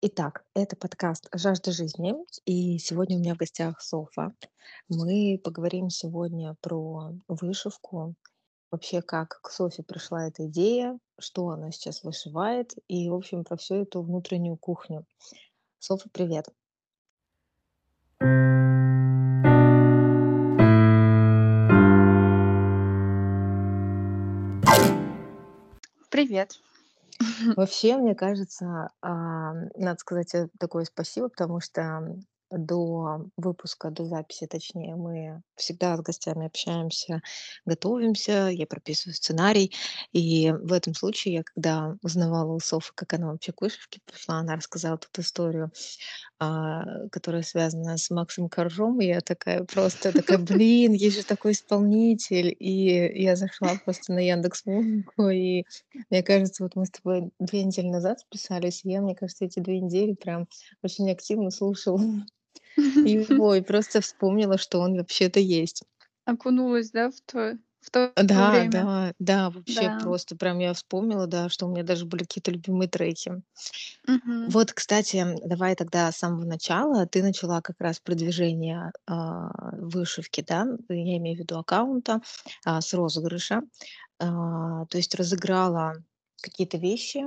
Итак, это подкаст «Жажда жизни», и сегодня у меня в гостях Софа. Мы поговорим сегодня про вышивку, вообще как к Софе пришла эта идея, что она сейчас вышивает, и, в общем, про всю эту внутреннюю кухню. Софа, привет! Привет. Вообще, мне кажется, надо сказать такое спасибо, потому что до выпуска, до записи, точнее, мы всегда с гостями общаемся, готовимся, я прописываю сценарий. И в этом случае я, когда узнавала у Софы, как она вообще к вышивке пришла, она рассказала тут историю, которая связана с Максом Коржом. И я такая: "Блин, есть же такой исполнитель". И я зашла просто на Яндекс.Музыку, и мне кажется, вот мы с тобой 2 недели назад списались, и я, мне кажется, эти 2 недели прям очень активно слушала его и просто вспомнила, что он вообще-то есть. Окунулась, да, в то Да, время? да, да, вообще Да. просто прям я вспомнила, да, что у меня даже были какие-то любимые треки. Мгм. Вот, кстати, давай тогда с самого начала. Ты начала как раз продвижение, вышивки, да? Я имею в виду аккаунта, с розыгрыша. То есть разыграла какие-то вещи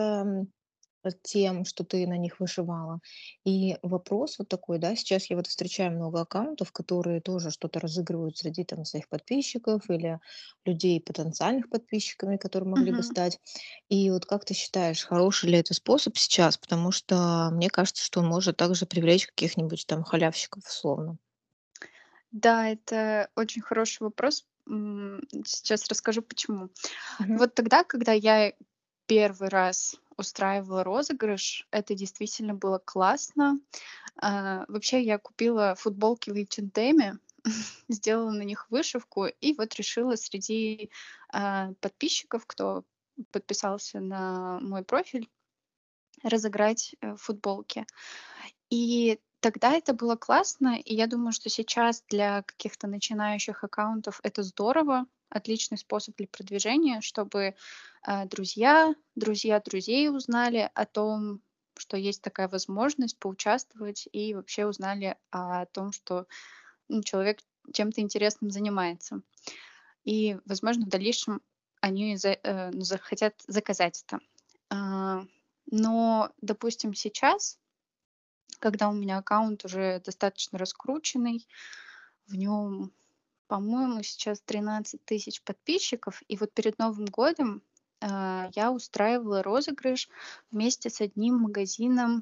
тем, что ты на них вышивала. И вопрос вот такой, да, сейчас я вот встречаю много аккаунтов, которые тоже что-то разыгрывают среди там своих подписчиков или людей потенциальных подписчиками, которые могли бы Мгм. стать. И вот как ты считаешь, хороший ли это способ сейчас? Потому что мне кажется, что он может также привлечь каких-нибудь там халявщиков условно. Да, это очень хороший вопрос. Сейчас расскажу, почему. Мгм. Вот тогда, когда я первый раз устраивала розыгрыш, это действительно было классно. Вообще, я купила футболки в H&M, сделала на них вышивку и вот решила среди, подписчиков, кто подписался на мой профиль, разыграть, футболки. И тогда это было классно, и я думаю, что сейчас для каких-то начинающих аккаунтов это здорово, отличный способ для продвижения, чтобы, друзья друзей узнали о том, что есть такая возможность поучаствовать, и вообще узнали о том, что, человек чем-то интересным занимается. И, возможно, в дальнейшем они захотят заказать это. А, но, допустим, сейчас, когда у меня аккаунт уже достаточно раскрученный, в нем, по-моему, сейчас 13 тысяч подписчиков, и вот перед Новым годом я устраивала розыгрыш вместе с одним магазином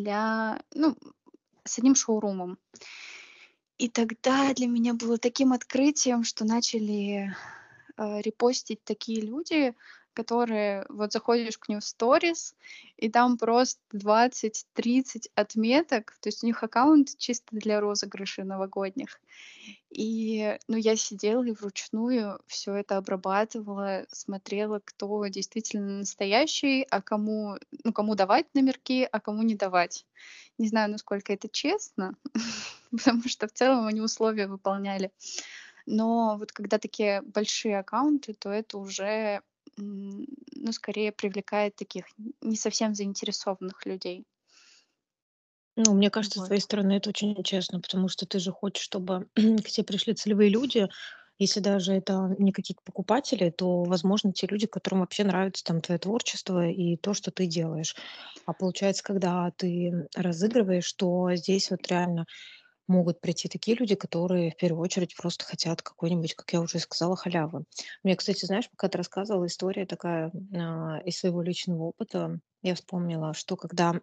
с одним шоурумом. И тогда для меня было таким открытием, что начали репостить такие люди, которые вот заходишь к ним в сторис, и там просто 20-30 отметок. То есть у них аккаунт чисто для розыгрышей новогодних. И, ну, я сидела и вручную все это обрабатывала, смотрела, кто действительно настоящий, а кому давать номерки, а кому не давать. Не знаю, насколько это честно, потому что в целом они условия выполняли. Но вот когда такие большие аккаунты, то это уже, ну, скорее привлекает таких не совсем заинтересованных людей. Ну, мне кажется, с твоей Вот. стороны это очень честно, потому что ты же хочешь, чтобы к тебе пришли целевые люди. Если даже это не какие-то покупатели, то, возможно, те люди, которым вообще нравится там твое творчество и то, что ты делаешь. А получается, когда ты разыгрываешь, то здесь вот реально могут прийти такие люди, которые в первую очередь просто хотят какой-нибудь, как я уже сказала, халявы. Мне, кстати, знаешь, пока ты рассказывала, история такая из своего личного опыта. Я вспомнила, что когда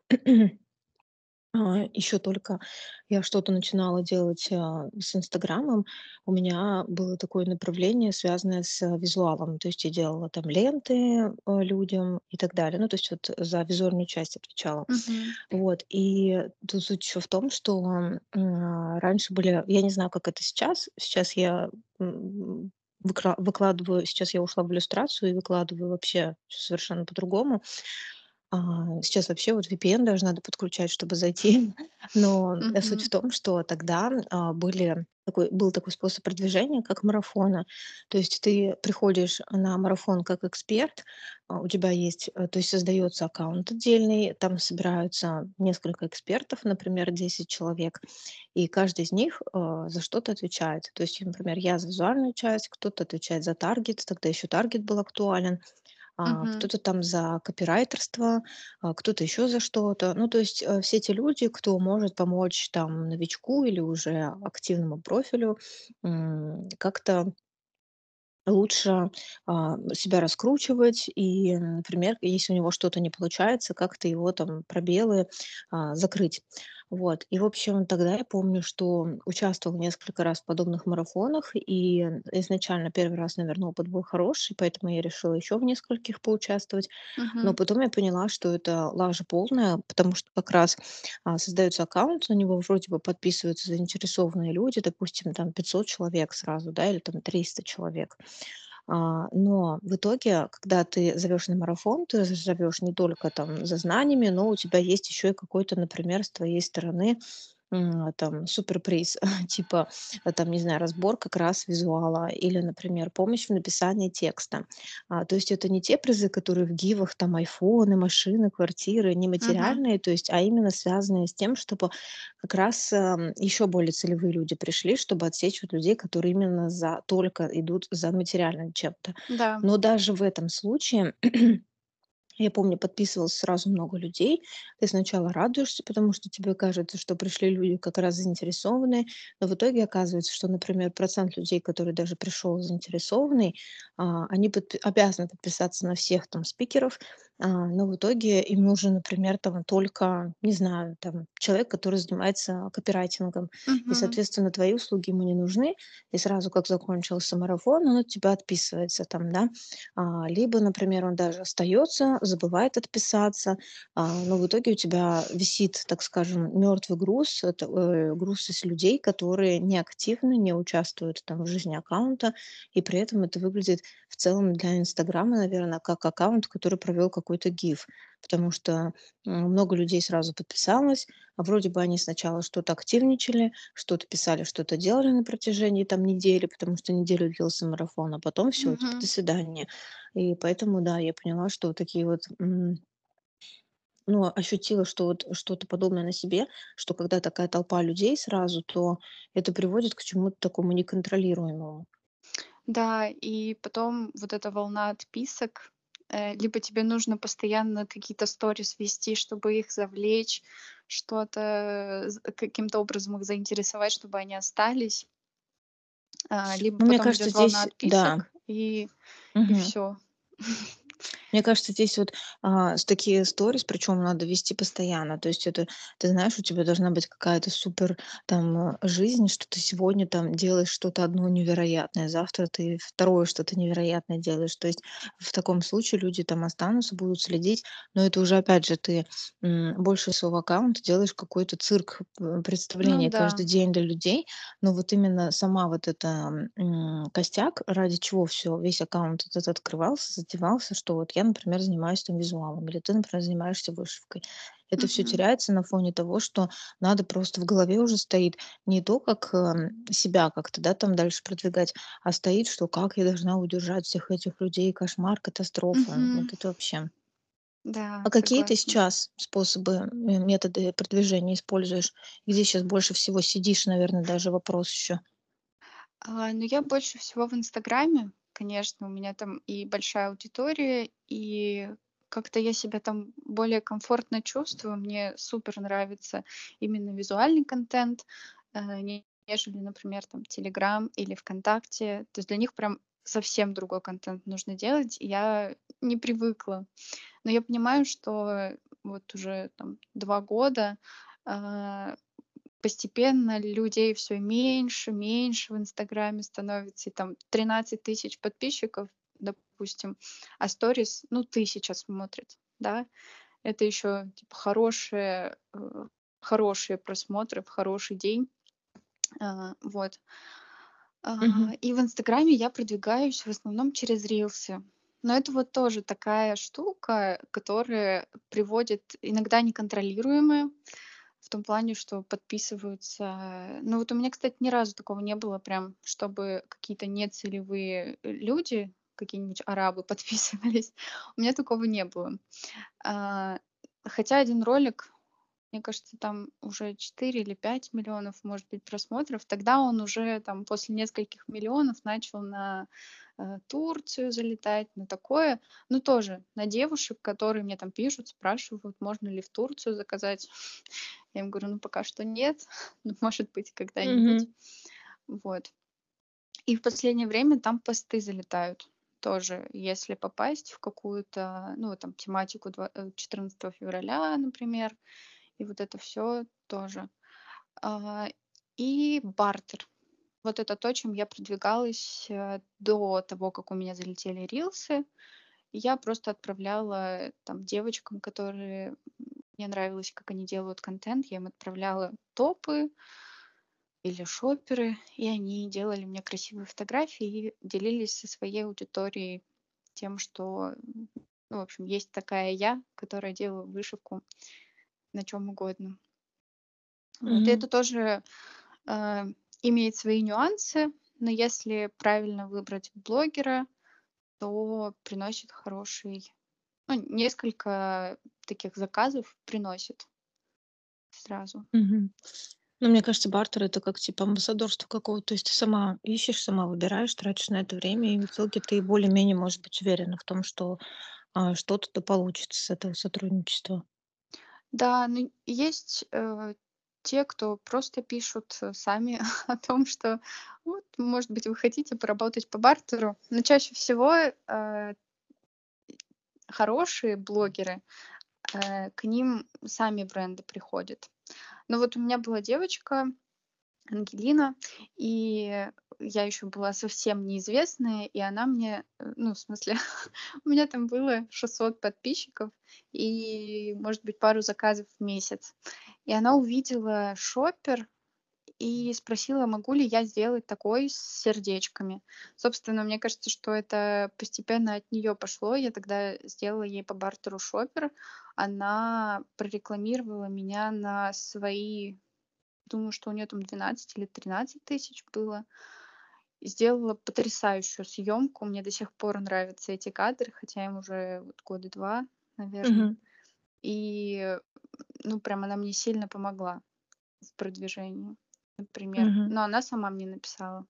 еще только я что-то начинала делать, с "Инстаграмом", у меня было такое направление, связанное с визуалом. То есть я делала там ленты, людям и так далее. Ну, то есть вот за визуальную часть отвечала. Мгм. Вот, и тут суть еще в том, что, раньше были я не знаю, как это сейчас. Сейчас я, выкладываю сейчас я ушла в иллюстрацию и выкладываю вообще совершенно по-другому. Сейчас вообще вот VPN даже надо подключать, чтобы зайти. Но суть в Мгм. том, что тогда был такой способ продвижения, как марафона. То есть ты приходишь на марафон как эксперт, у тебя есть, то есть создается аккаунт отдельный, там собираются несколько экспертов, например, 10 человек, и каждый из них за что-то отвечает. То есть, например, я за визуальную часть, кто-то отвечает за таргет, тогда еще таргет был актуален, Мгм. кто-то там за копирайтерство, кто-то еще за что-то. Ну, то есть все те люди, кто может помочь там новичку или уже активному профилю как-то лучше себя раскручивать и, например, если у него что-то не получается, как-то его там пробелы закрыть. Вот. И, в общем, тогда я помню, что участвовала несколько раз в подобных марафонах, и изначально первый раз, наверное, опыт был хороший, поэтому я решила еще в нескольких поучаствовать. Но Мгм. потом я поняла, что это лажа полная, потому что как раз создается аккаунт, на него вроде бы подписываются заинтересованные люди, допустим, там 500 человек сразу, да, или там 300 человек. Но в итоге, когда ты зовешь на марафон, ты зовешь не только там за знаниями, но у тебя есть еще и какой-то, например, с твоей стороны там суперприз, типа, там, не знаю, разбор как раз визуала или, например, помощь в написании текста. То есть это не те призы, которые в гивах, там, айфоны, машины, квартиры, Мгм. нематериальные, то есть, а именно связанные с тем, чтобы как раз еще более целевые люди пришли, чтобы отсечь вот людей, которые именно только идут за материальным чем-то. Да. Но даже в этом случае я помню, подписывалось сразу много людей. Ты сначала радуешься, потому что тебе кажется, что пришли люди как раз заинтересованные, но в итоге оказывается, что, например, процент людей, который даже пришел заинтересованный, они обязаны подписаться на всех там спикеров, но в итоге им нужен, например, там только, не знаю, там человек, который занимается копирайтингом, и, Мгм. соответственно, твои услуги ему не нужны, и сразу, как закончился марафон, он от тебя отписывается там, да, либо, например, он даже остается, забывает отписаться, но в итоге у тебя висит, так скажем, мертвый груз, это, груз из людей, которые не активны, не участвуют там в жизни аккаунта, и при этом это выглядит в целом для Инстаграма, наверное, как аккаунт, который провел какой-то гиф, потому что много людей сразу подписалось, а вроде бы они сначала что-то активничали, что-то писали, что-то делали на протяжении там недели, потому что неделю длился марафон, а потом все, типа, до Мгм. свидания. И поэтому, да, я поняла, что вот такие вот, ну, ощутила, что вот что-то подобное на себе, что когда такая толпа людей сразу, то это приводит к чему-то такому неконтролируемому. Да, и потом вот эта волна отписок, либо тебе нужно постоянно какие-то сторис вести, чтобы их завлечь, что-то каким-то образом их заинтересовать, чтобы они остались, либо Но мне потом кажется, идет волна здесь, да. отписок, и Мгм. все. Мне кажется, здесь вот с такие сторис, причем надо вести постоянно. То есть это, ты знаешь, у тебя должна быть какая-то супер там жизнь, что ты сегодня там делаешь что-то одно невероятное, завтра ты второе что-то невероятное делаешь. То есть в таком случае люди там останутся, будут следить, но это уже опять же ты больше своего аккаунта делаешь какой-то цирк, Ну представление да. каждый день для людей, но вот именно сама вот эта костяк, ради чего все весь аккаунт этот открывался, задевался, что вот я, например, занимаюсь там визуалом, или ты, например, занимаешься вышивкой. Это все Мгм. теряется на фоне того, что надо просто в голове уже стоит не то, как, себя как-то, да, там дальше продвигать, а стоит, что как я должна удержать всех этих людей, кошмар, катастрофа. Мгм. Вот это вообще. Да, А какие ты согласна. сейчас способы, методы продвижения используешь? Где сейчас больше всего сидишь, наверное, даже вопрос еще. Ну, я больше всего в "Инстаграме". Конечно, у меня там и большая аудитория, и как-то я себя там более комфортно чувствую. Мне супер нравится именно визуальный контент, нежели, например, там "Телеграм" или "ВКонтакте". То есть для них прям совсем другой контент нужно делать, и я не привыкла. Но я понимаю, что вот уже там 2 года, а, постепенно людей все меньше, меньше в "Инстаграме" становится, и там 13 тысяч подписчиков, допустим, а сторис, ну, 1000 смотрит, да. Это еще типа хорошие просмотры в хороший день. Вот. Мгм. И в "Инстаграме" я продвигаюсь в основном через рилсы. Но это вот тоже такая штука, которая приводит иногда неконтролируемая, в том плане, что подписываются. Ну вот у меня, кстати, ни разу такого не было, прям, чтобы какие-то нецелевые люди, какие-нибудь арабы подписывались. У меня такого не было. А, Хотя один ролик, мне кажется, там уже 4 или 5 миллионов, может быть, просмотров. Тогда он уже там после нескольких миллионов начал на Турцию залетать, на такое. Ну, тоже на девушек, которые мне там пишут, спрашивают, можно ли в Турцию заказать. Я им говорю, ну, пока что нет, но может быть, когда-нибудь. Мгм. Вот. И в последнее время там посты залетают тоже, если попасть в какую-то, ну, там, тематику 14 февраля, например, и вот это все тоже. А, и бартер. Вот это то, чем я продвигалась, до того, как у меня залетели рилсы. Я просто отправляла там девочкам, которые мне нравилось, как они делают контент, я им отправляла топы или шоперы, и они делали мне красивые фотографии и делились со своей аудиторией тем, что, ну, в общем, есть такая я, которая делаю вышивку на чем угодно. Вот, и Мгм. это тоже а, имеет свои нюансы, но если правильно выбрать блогера, то приносит хороший, ну, несколько таких заказов приносит сразу. Мгм. Ну, мне кажется, бартер — это как типа амбассадорство какого-то. То есть ты сама ищешь, сама выбираешь, тратишь на это время, и в итоге ты более-менее можешь быть уверена в том, что что-то да получится с этого сотрудничества. Да, ну, есть те, кто просто пишут сами о том, что вот, может быть, вы хотите поработать по бартеру. Но чаще всего хорошие блогеры, к ним сами бренды приходят. Но вот у меня была девочка, Ангелина, и я еще была совсем неизвестная, и она мне, ну, в смысле, у меня там было 600 подписчиков и, может быть, пару заказов в месяц. И она увидела шопер и спросила, могу ли я сделать такой с сердечками. Собственно, мне кажется, что это постепенно от нее пошло. Я тогда сделала ей по бартеру шопер. Она прорекламировала меня на свои, думаю, что у нее там 12 или 13 тысяч было. И сделала потрясающую съемку. Мне до сих пор нравятся эти кадры, хотя им уже вот года 2, наверное. Мгм. И, ну, прям она мне сильно помогла в продвижении, например. Мгм. Но она сама мне написала.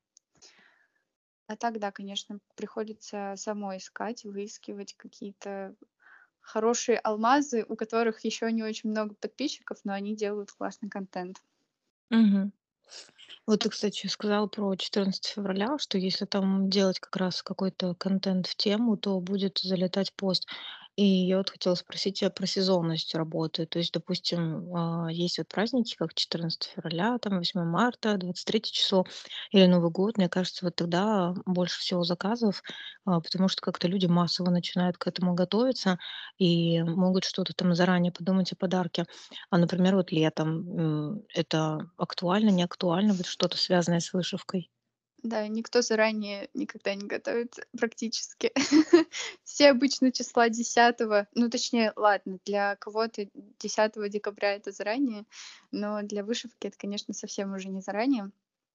А так, да, конечно, приходится самой искать, выискивать какие-то хорошие алмазы, у которых еще не очень много подписчиков, но они делают классный контент. Мгм. Вот ты, кстати, сказала про 14 февраля, что если там делать как раз какой-то контент в тему, то будет залетать пост. И я вот хотела спросить тебя про сезонность работы. То есть, допустим, есть вот праздники, как 14 февраля, там 8 марта, 23 число или Новый год. Мне кажется, вот тогда больше всего заказов, потому что как-то люди массово начинают к этому готовиться и могут что-то там заранее подумать о подарке. А, например, вот летом, это актуально, не актуально, вот что-то связанное с вышивкой? Да, никто заранее никогда не готовит практически. Все обычно числа 10, ну, точнее, ладно, для кого-то 10 декабря это заранее, но для вышивки это, конечно, совсем уже не заранее.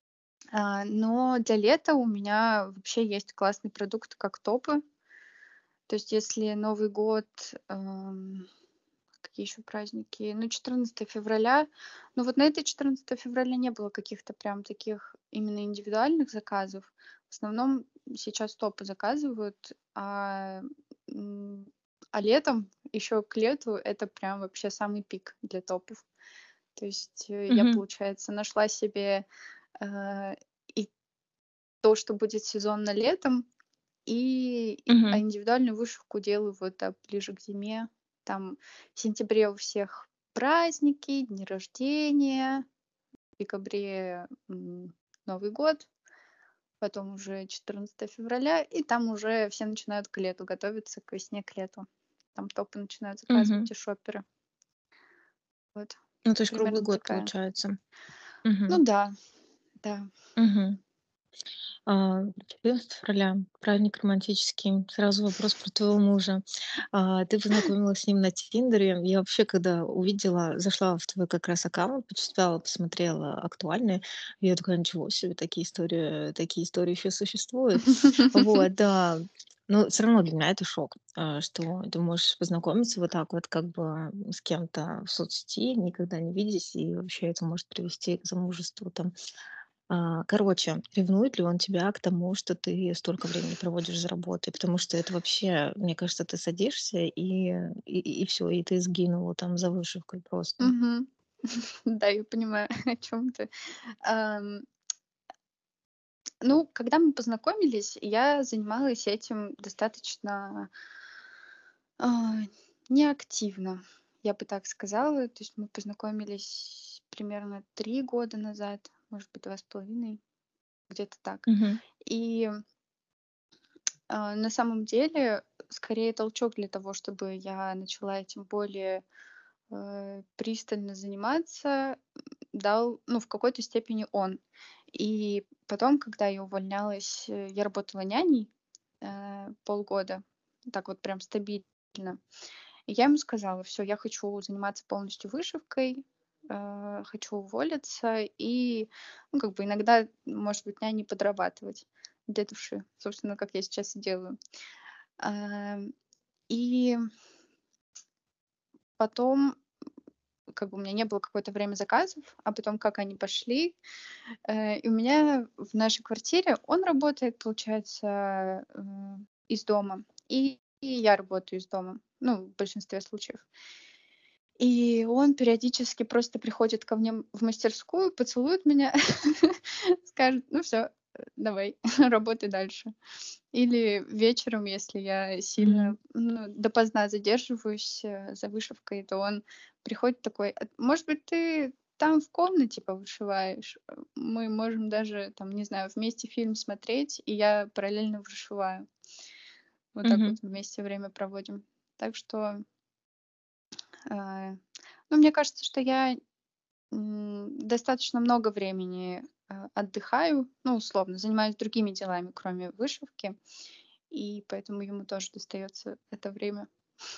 Но для лета у меня вообще есть классный продукт, как топы. То есть если Новый год, какие еще праздники? Ну, 14 февраля. Ну, вот на это 14 февраля не было каких-то прям таких именно индивидуальных заказов. В основном сейчас топы заказывают, м, а летом, еще к лету, это прям вообще самый пик для топов. То есть я, Мгм, получается, нашла себе э, и то, что будет сезонно летом, а мгм, индивидуальную вышивку делаю вот, да, ближе к зиме. Там в сентябре у всех праздники, дни рождения, в декабре, Новый год, потом уже 14 февраля, и там уже все начинают к лету готовиться, к весне, к лету. Там топы начинают мгм. заказывать и шоперы. Вот, Ну, то есть круглый примерно год такая. получается. Ну Мгм, да, да. мгм. 14 февраля, праздник романтический. Сразу вопрос про твоего мужа. Ты познакомилась с ним на "Тиндере". Я вообще, когда увидела, зашла в твой как раз аккаунт, почитала, посмотрела актуальные. И я такая: "Ничего себе, такие истории еще существуют". Вот, да. Но все равно для меня это шок, что ты можешь познакомиться вот так вот как бы с кем-то в соцсети, никогда не видясь, и вообще это может привести к замужеству там. Короче, ревнует ли он тебя к тому, что ты столько времени проводишь за работой? Потому что это вообще, мне кажется, ты садишься и все, и ты сгинула там за вышивкой просто. Мгм. Да, я понимаю, о чем ты. Ам, ну, когда мы познакомились, я занималась этим достаточно, а, неактивно, я бы так сказала. То есть мы познакомились примерно 3 года назад, может быть, 2,5, где-то так. Мгм. И, на самом деле, скорее толчок для того, чтобы я начала этим более, пристально заниматься, дал, ну, в какой-то степени он. И потом, когда я увольнялась, я работала няней, полгода, так вот прям стабильно. И я ему сказала: "Все, я хочу заниматься полностью вышивкой, хочу уволиться и, ну, как бы иногда, может быть, няней подрабатывать для души". Собственно, как я сейчас и делаю. Ам, и потом, как бы у меня не было какое-то время заказов, а потом как они пошли. И у меня в нашей квартире он работает, получается, из дома, и я работаю из дома, ну, в большинстве случаев. И он периодически просто приходит ко мне в мастерскую, поцелует меня, скажет: "Ну все, давай, работай дальше". Или вечером, если я сильно, Мгм. ну, допоздна задерживаюсь, за вышивкой, то он приходит такой: Может быть, ты там в комнате повышиваешь? Мы можем даже, там, не знаю, вместе фильм смотреть, и я параллельно вышиваю". Вот так вот Мгм. вместе время проводим. Так что, ну, мне кажется, что я, достаточно много времени, отдыхаю, ну, условно, занимаюсь другими делами, кроме вышивки, и поэтому ему тоже достается это время.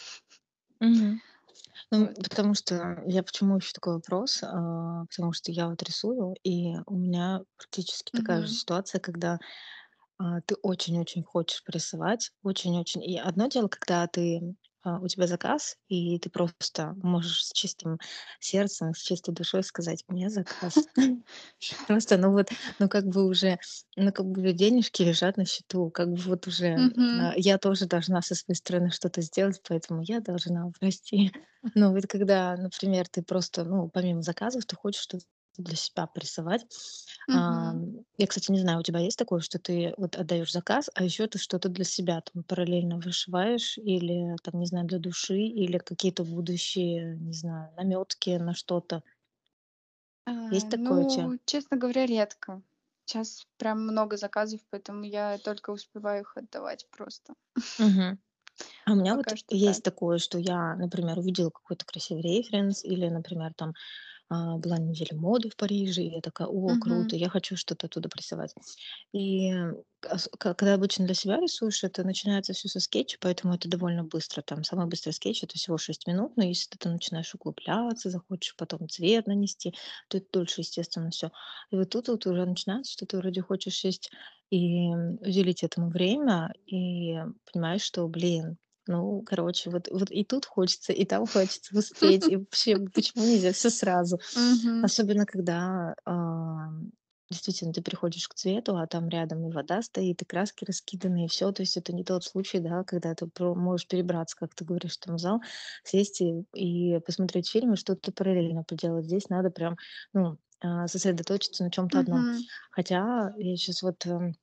Мгм. Ну, Вот. потому что я почему еще такой вопрос? Потому что я вот рисую, и у меня практически такая же Мгм. ситуация, когда ты очень-очень хочешь порисовать, очень-очень. И одно дело, когда у тебя заказ, и ты просто можешь с чистым сердцем, с чистой душой сказать: "У меня заказ". Просто, ну вот, ну как бы уже, ну как бы денежки лежат на счету, как бы вот уже, Мгм. я тоже должна со своей стороны что-то сделать, поэтому я должна, прости. Но вот когда, например, ты просто, ну, помимо заказов, ты хочешь что-то для себя порисовать. Мгм. Я, кстати, не знаю, у тебя есть такое, что ты вот отдаешь заказ, а еще ты что-то для себя там параллельно вышиваешь или там, не знаю, для души, или какие-то будущие, не знаю, наметки на что-то. Есть такое у тебя? Ну, честно говоря, редко. Сейчас прям много заказов, поэтому я только успеваю их отдавать просто. Мгм. А у меня вот Пока что есть так. такое, что я, например, увидела какой-то красивый референс или, например, там была неделя моды в Париже, и я такая: "О, Мгм. круто, я хочу что-то оттуда порисовать". И когда обычно для себя рисуешь, это начинается все со скетча, поэтому это довольно быстро. Там самый быстрый скетч — это всего 6 минут, но если ты там начинаешь углубляться, захочешь потом цвет нанести, то это дольше, естественно, все. И вот тут вот уже начинается, что ты вроде хочешь сесть и уделить этому время, и понимаешь, что, блин, ну, короче, вот и тут хочется, и там хочется успеть, и вообще, почему нельзя все сразу? Мгм. Особенно когда, действительно ты приходишь к цвету, а там рядом и вода стоит, и краски раскиданы, и все. То есть это не тот случай, да, когда ты можешь перебраться, как ты говоришь, там в зал, сесть и посмотреть фильм, и что-то параллельно поделать. Здесь надо прям, ну, сосредоточиться на чем то одном. Мгм. Хотя я сейчас вот,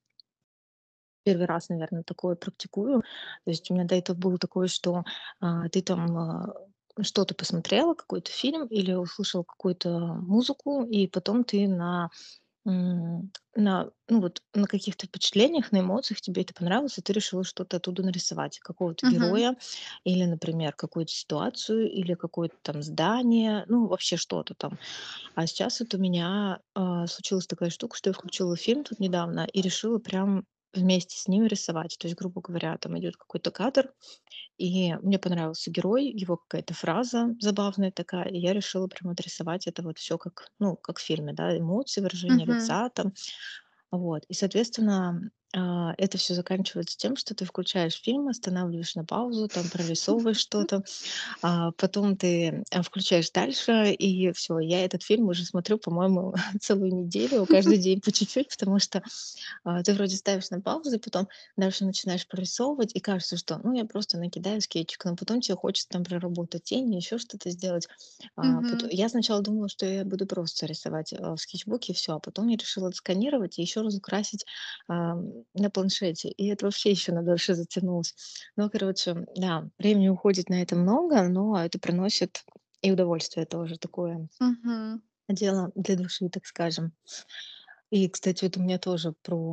1 раз, наверное, такое практикую. То есть у меня до этого было такое, что, ты там, что-то посмотрела, какой-то фильм или услышал какую-то музыку, и потом ты Ну вот на каких-то впечатлениях, на эмоциях тебе это понравилось, и ты решила что-то оттуда нарисовать. Какого-то Мгм. героя или, например, какую-то ситуацию, или какое-то там здание, ну, вообще что-то там. А сейчас вот у меня, случилась такая штука, что я включила фильм тут недавно и решила прям вместе с ним рисовать. То есть, грубо говоря, там идет какой-то кадр, и мне понравился герой, его какая-то фраза забавная такая, и я решила прям отрисовать это вот все как, ну, как в фильме, да, эмоции, выражение Мгм. лица там. Вот. И, соответственно, это все заканчивается тем, что ты включаешь фильм, останавливаешь на паузу, там прорисовываешь что-то, потом ты, включаешь дальше, и все. Я этот фильм уже смотрю, по-моему, целую неделю, каждый день по чуть-чуть, потому что, ты вроде ставишь на паузу, и потом дальше начинаешь прорисовывать, и кажется, что, ну, я просто накидаю скетчик, но потом тебе хочется там проработать тени, еще что-то сделать. Мгм. Я сначала думала, что я буду просто рисовать, в скетчбуке и всё, а потом я решила отсканировать и еще раз украсить, на планшете. И это вообще еще на дольше затянулось. Ну, короче, да, времени уходит на это много, но это приносит и удовольствие тоже, такое Мгм. дело для души, так скажем. И, кстати, вот у меня тоже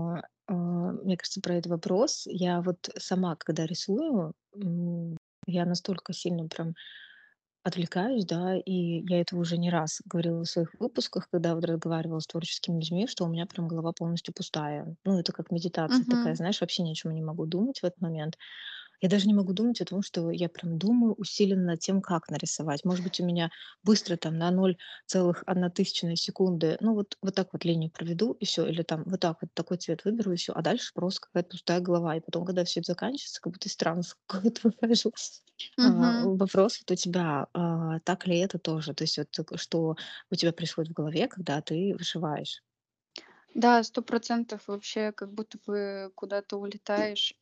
мне кажется, про этот вопрос. Я вот сама, когда рисую, я настолько сильно прям отвлекаюсь, да, и я это уже не раз говорила в своих выпусках, когда вот разговаривала с творческими людьми, что у меня прям голова полностью пустая. Ну, это как медитация такая, Мгм. знаешь, вообще ни о чем не могу думать в этот момент. Я даже не могу думать о том, что я прям думаю усиленно над тем, как нарисовать. Может быть, у меня быстро там на 0,001 секунды, ну вот так вот линию проведу и все, или там вот так вот такой цвет выберу и все, а дальше просто какая-то пустая голова. И потом, когда все это заканчивается, как будто из транса какого-то выхожу. Мгм. Вопрос вот у тебя, так ли это тоже? То есть вот что у тебя происходит в голове, когда ты вышиваешь? Да, 100% вообще как будто бы куда-то улетаешь,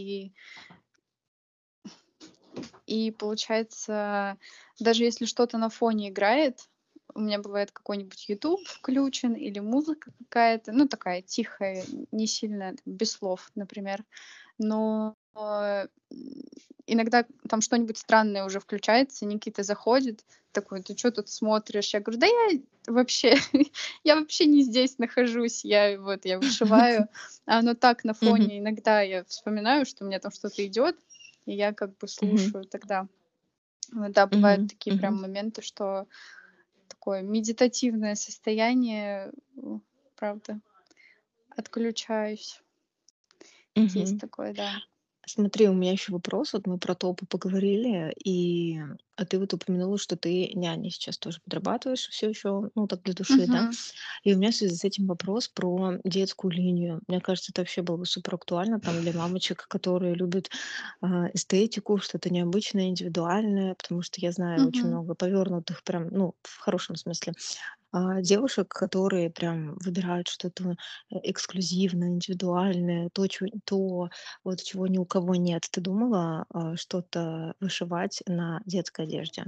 и получается, даже если что-то на фоне играет, у меня бывает какой-нибудь "Ютуб" включен или музыка какая-то, ну, такая тихая, не сильно там, без слов, например. Но, иногда там что-нибудь странное уже включается, Никита заходит такой: "Ты что тут смотришь?" Я говорю: "Да я вообще я вообще не здесь нахожусь, я вышиваю". А оно так на Мгм. фоне. Иногда я вспоминаю, что у меня там что-то идет, и я как бы Мгм. слушаю тогда. Вот, да, бывают Мгм. такие Мгм. прям моменты, что такое медитативное состояние, правда, отключаюсь. Есть Мгм. такое, да. Смотри, у меня еще вопрос. Вот мы про топы поговорили, ты вот упомянула, что ты няней сейчас тоже подрабатываешь все еще, ну, так для души, да? Мгм. И у меня в связи с этим вопрос про детскую линию. Мне кажется, это вообще было бы супер актуально там для мамочек, которые любят эстетику, что-то необычное, индивидуальное, потому что я знаю очень Мгм. много повернутых, прям, ну, в хорошем смысле, девушек, которые прям выбирают что-то эксклюзивное, индивидуальное, то, вот чего ни у кого нет. Ты думала, что-то вышивать на детской одежде?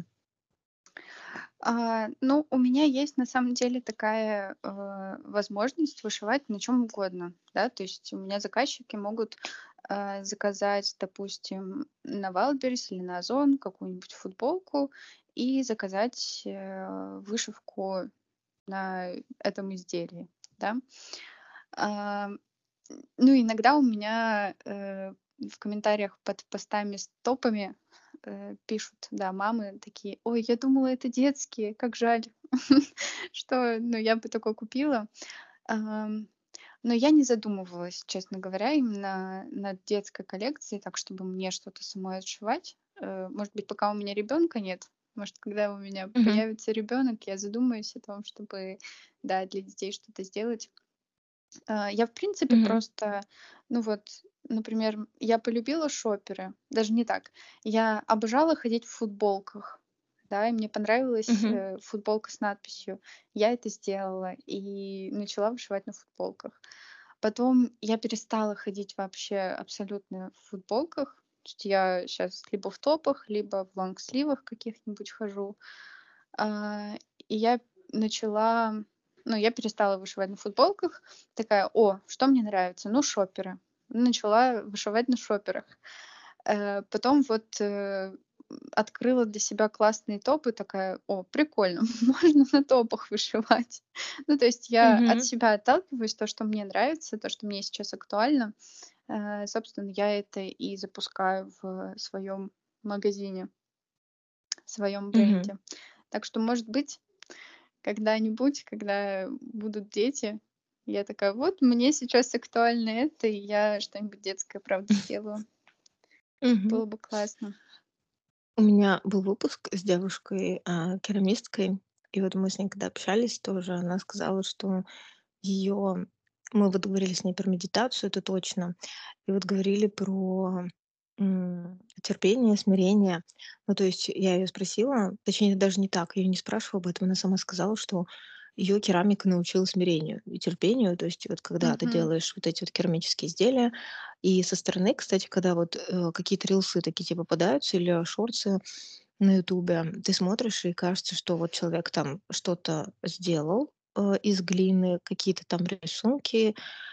Ну, у меня есть на самом деле такая, возможность вышивать на чем угодно, да. То есть у меня заказчики могут, заказать, допустим, на Wildberries или на Озон какую-нибудь футболку и заказать, вышивку на этом изделии, да. Ам, ну, иногда у меня, в комментариях под постами с топами, пишут, да, мамы такие: "Ой, я думала, это детские, как жаль, что, ну, я бы такое купила". Ам, но я не задумывалась, честно говоря, именно над детской коллекцией, так, чтобы мне что-то самой отшивать. Может быть, пока у меня ребенка нет. Может, когда у меня Мгм. появится ребенок, я задумаюсь о том, чтобы, да, для детей что-то сделать. Я, в принципе, Мгм. просто, ну вот, например, я полюбила шоперы. Даже не так. Я обожала ходить в футболках, да, и мне понравилась, Мгм. футболка с надписью. Я это сделала и начала вышивать на футболках. Потом я перестала ходить вообще абсолютно в футболках. То есть я сейчас либо в топах, либо в лонгсливах каких-нибудь хожу. А, и я начала ну, я перестала вышивать на футболках. Такая: "О, что мне нравится? Ну, шоперы". Начала вышивать на шоперах. Потом вот, открыла для себя классные топы, такая: "О, прикольно, можно на топах вышивать". Ну, то есть я от Мгм. себя отталкиваюсь, то, что мне нравится, то, что мне сейчас актуально. Собственно, я это и запускаю в своем магазине, в своем Мгм. бренде. Так что, может быть, когда-нибудь, когда будут дети, я такая: "Вот мне сейчас актуально это", и я что-нибудь детское, правда, сделаю. Мгм. Было бы классно. У меня был выпуск с девушкой, керамисткой, и вот мы с ней когда общались тоже, она сказала, что ее мы вот говорили с ней про медитацию, это точно, и вот говорили про, терпение, смирение. Ну, то есть я ее спросила, точнее, даже не так, я её не спрашивала об этом, она сама сказала, что ее керамика научила смирению и терпению. То есть вот когда ты Мгм. делаешь вот эти вот керамические изделия, и со стороны, кстати, когда вот, какие-то рилсы такие тебе попадаются или шортсы на "Ютубе", ты смотришь, и кажется, что вот человек там что-то сделал, из глины, какие-то там рисунки,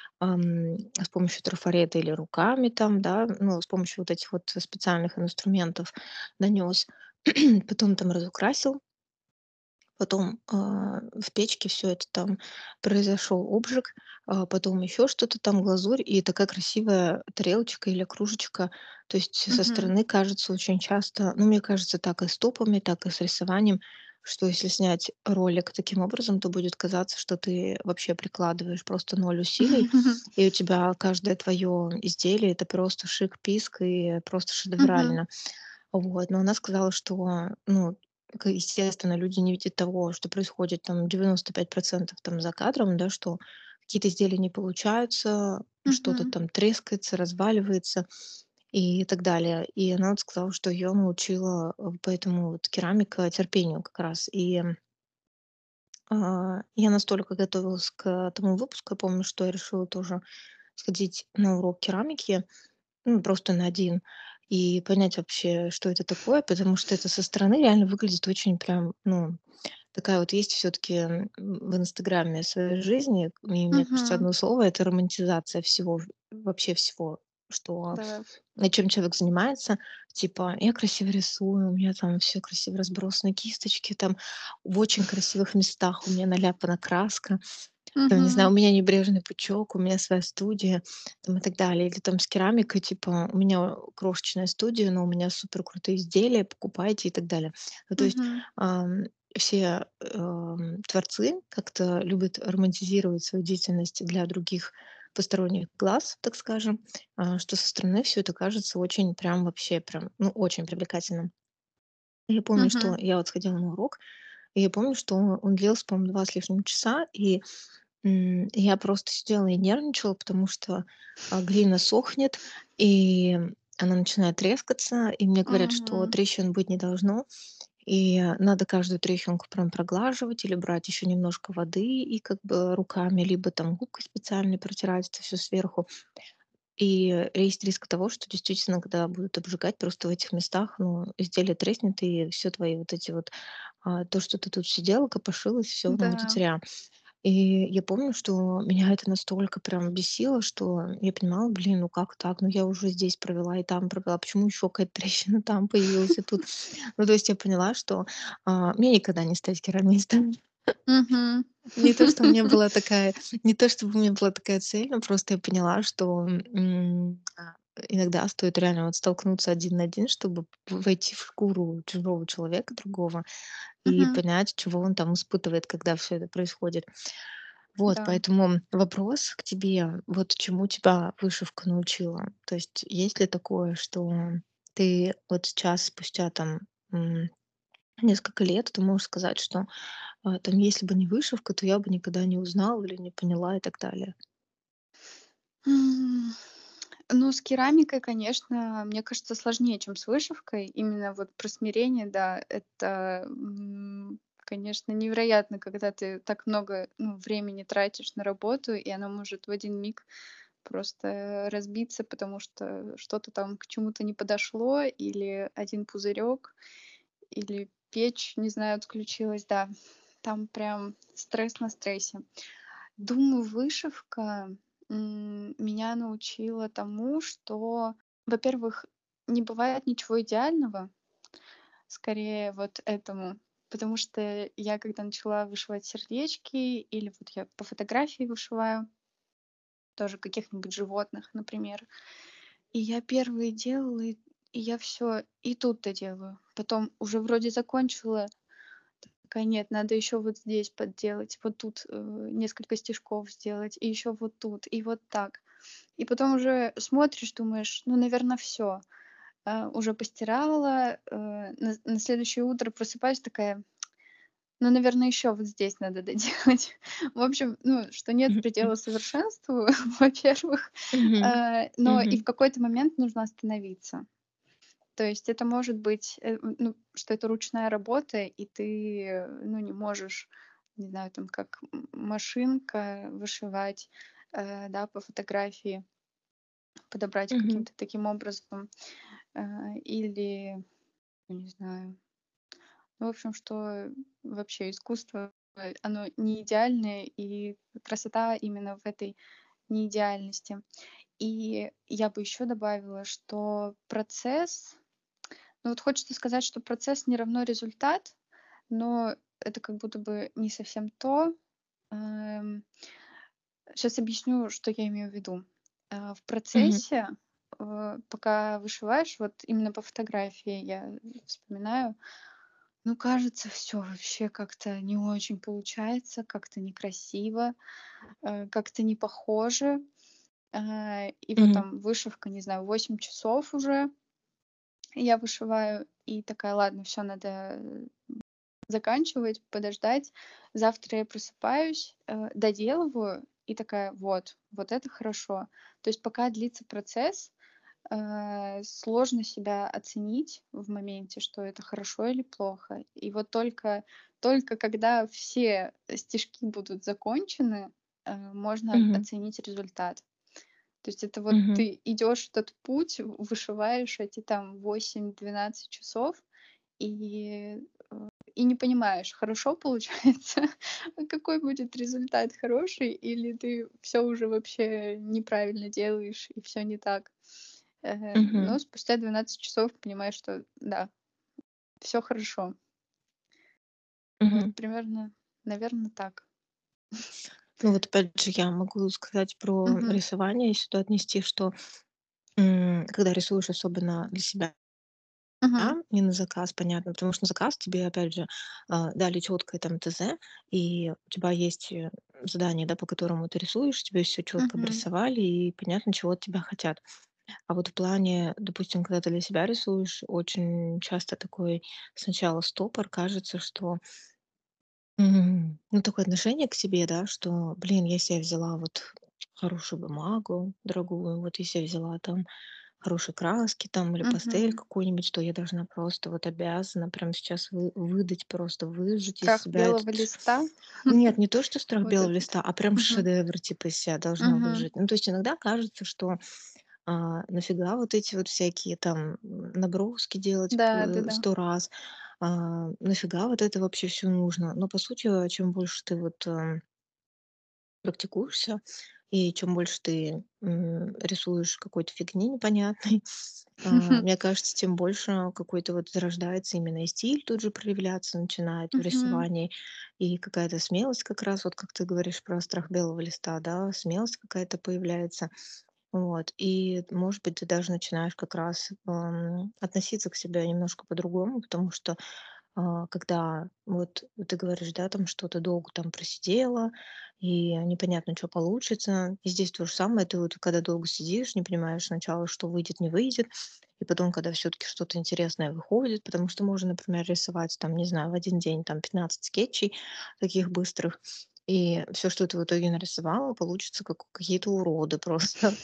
с помощью трафарета или руками там, да, ну, с помощью вот этих вот специальных инструментов нанес, потом там разукрасил, потом, в печке все это там произошел обжиг, потом еще что-то там, глазурь и такая красивая тарелочка или кружечка. То есть со Мгм. стороны кажется очень часто, ну, мне кажется, так и с топами, так и с рисованием, что если снять ролик таким образом, то будет казаться, что ты вообще прикладываешь просто ноль усилий, и у тебя каждое твое изделие — это просто шик-писк и просто Мгм. шедеврально. Вот, но она сказала, что, ну, естественно, люди не видят того, что происходит там 95% там за кадром, да, что какие-то изделия не получаются, что-то Мгм. там трескается, разваливается и так далее. И она вот сказала, что ее научила поэтому вот керамика терпению как раз. И я настолько готовилась к тому выпуску, я помню, что я решила тоже сходить на урок керамики, ну, просто на один, и понять вообще, что это такое, потому что это со стороны реально выглядит очень прям, ну, такая вот есть все таки в "Инстаграме" своей жизни. И мне кажется, Мгм. одно слово — это романтизация всего, вообще всего, что Да. чем человек занимается. Типа: "Я красиво рисую, у меня там все красиво разбросано, кисточки там в очень красивых местах, у меня наляпана краска". Там, не знаю, Мгм. у меня небрежный пучок, у меня своя студия, там, и так далее. Или там с керамикой, типа, у меня крошечная студия, но у меня супер крутые изделия, покупайте и так далее. Ну, то есть Мгм. все творцы как-то любят романтизировать свою деятельность для других посторонних глаз, так скажем, что со стороны все это кажется очень прям вообще прям, ну, очень привлекательным. Я помню, что Мгм. я вот сходила на урок, и я помню, что он длился, по-моему, 2 с лишним часа, и я просто сидела и нервничала, потому что, глина сохнет, и она начинает трескаться, и мне говорят, что Мгм. трещин быть не должно, и надо каждую трещинку прям проглаживать или брать еще немножко воды и как бы руками, либо там губкой специальной протирать это все сверху. И есть риск того, что действительно, когда будут обжигать, просто в этих местах, ну, изделие треснет, и все твои вот эти вот, то, что ты тут сидела, копошилась, все будет Да. зря. И я помню, что меня это настолько прям бесило, что я понимала, блин, ну как так? Ну я уже здесь провела и там провела, почему еще какая-то трещина там появилась и тут? Ну, то есть я поняла, что мне никогда не стать керамистом. Мгм. Не то, что у меня была такая, не то, чтобы у меня была такая цель, но просто я поняла, что иногда стоит реально вот столкнуться один на один, чтобы войти в шкуру чужого человека, другого, и Мгм. понять, чего он там испытывает, когда все это происходит. Вот, Да. поэтому вопрос к тебе: вот чему тебя вышивка научила? То есть ли такое, что ты вот сейчас, спустя там, м, несколько лет, ты можешь сказать, что, там, если бы не вышивка, то я бы никогда не узнала или не поняла и так далее? М, ну, с керамикой, конечно, мне кажется, сложнее, чем с вышивкой. Именно вот про смирение, да, это, конечно, невероятно, когда ты так много, ну, времени тратишь на работу, и оно может в один миг просто разбиться, потому что что-то там к чему-то не подошло, или один пузырек, или печь, не знаю, отключилась. Да, там прям стресс на стрессе. Думаю, вышивка, меня научила тому, что, во-первых, не бывает ничего идеального. скорее вот этому. Потому что я когда начала вышивать сердечки или вот я по фотографии вышиваю, тоже каких-нибудь животных, например, и я первые делала, и я все и тут доделаю. Потом уже вроде закончила, такая: "Нет, надо еще вот здесь подделать, вот тут, несколько стежков сделать, и еще вот тут, и вот так". И потом уже смотришь, думаешь: "Ну, наверное, все". Уже постирала, на следующее утро просыпаюсь такая: "Ну, наверное, еще вот здесь надо доделать". В общем, ну, что нет предела совершенству, во-первых, Мгм. но и Мгм. в какой-то момент нужно остановиться. То есть это может быть, ну, что это ручная работа, и ты, ну, не можешь, не знаю, там, как машинка вышивать, да, по фотографии, подобрать Мгм. каким-то таким образом, или, ну, не знаю. Ну, в общем, что вообще искусство, оно не идеальное, и красота именно в этой неидеальности. И я бы еще добавила, что процесс, ну вот хочется сказать, что процесс не равно результат, но это как будто бы не совсем то. Сейчас объясню, что я имею в виду. В Мгм. процессе, пока вышиваешь, вот именно по фотографии я вспоминаю, ну, кажется, все вообще как-то не очень получается, как-то некрасиво, как-то не похоже. И вот Мгм. там вышивка, не знаю, 8 часов уже я вышиваю, и такая: "Ладно, все надо, заканчивать, подождать". Завтра я просыпаюсь, доделываю и такая: вот это хорошо". То есть пока длится процесс, сложно себя оценить в моменте, что это хорошо или плохо. И вот только когда все стежки будут закончены, можно Мгм. оценить результат. То есть это вот Мгм. ты идешь этот путь, вышиваешь эти там 8-12 часов и, и не понимаешь, хорошо получается, а какой будет результат, хороший, или ты все уже вообще неправильно делаешь и все не так. Мгм. Но спустя 12 часов понимаешь, что да, все хорошо. Вот Мгм. примерно, наверное, так. Ну вот опять же я могу сказать про Мгм. рисование и сюда отнести, что, когда рисуешь особенно для себя, Мгм. не на заказ, понятно, потому что на заказ тебе опять же, дали четкое там ТЗ, и у тебя есть, задание, да, по которому ты рисуешь, тебе все четко Мгм. обрисовали, и понятно, чего от тебя хотят. А вот в плане, допустим, когда ты для себя рисуешь, очень часто такой сначала стопор, кажется, что ну, такое отношение к себе, да, что, блин, я себе взяла вот хорошую бумагу дорогую, вот я себе взяла там хорошие краски там или пастель Мгм. какую-нибудь, что я должна просто вот обязана прямо сейчас выдать, просто выжать из Страх себя белого этот... листа. Нет, не то, что страх Вот белого этот. листа, а прям Мгм. шедевр типа из себя должна Мгм. выжить. Ну, то есть иногда кажется, что нафига вот эти вот всякие там наброски делать Да-да-да. 100 раз, нафига вот это вообще все нужно. Но по сути, чем больше ты вот практикуешься, и чем больше ты рисуешь какой-то фигни непонятной, мне кажется, тем больше какой-то вот зарождается именно и стиль тут же проявляться начинает в Мгм. рисовании, и какая-то смелость как раз, вот как ты говоришь про страх белого листа, да, смелость какая-то появляется. Вот. И, может быть, ты даже начинаешь как раз относиться к себе немножко по-другому, потому что когда вот ты говоришь, да, там что то долго там просидела, и непонятно, что получится. И здесь то же самое. Ты вот когда долго сидишь, не понимаешь сначала, что выйдет, не выйдет. И потом, когда все-таки что-то интересное выходит, потому что можно, например, рисовать там, не знаю, в один день там 15 скетчей таких быстрых, и все, что ты в итоге нарисовала, получится как какие-то уроды просто.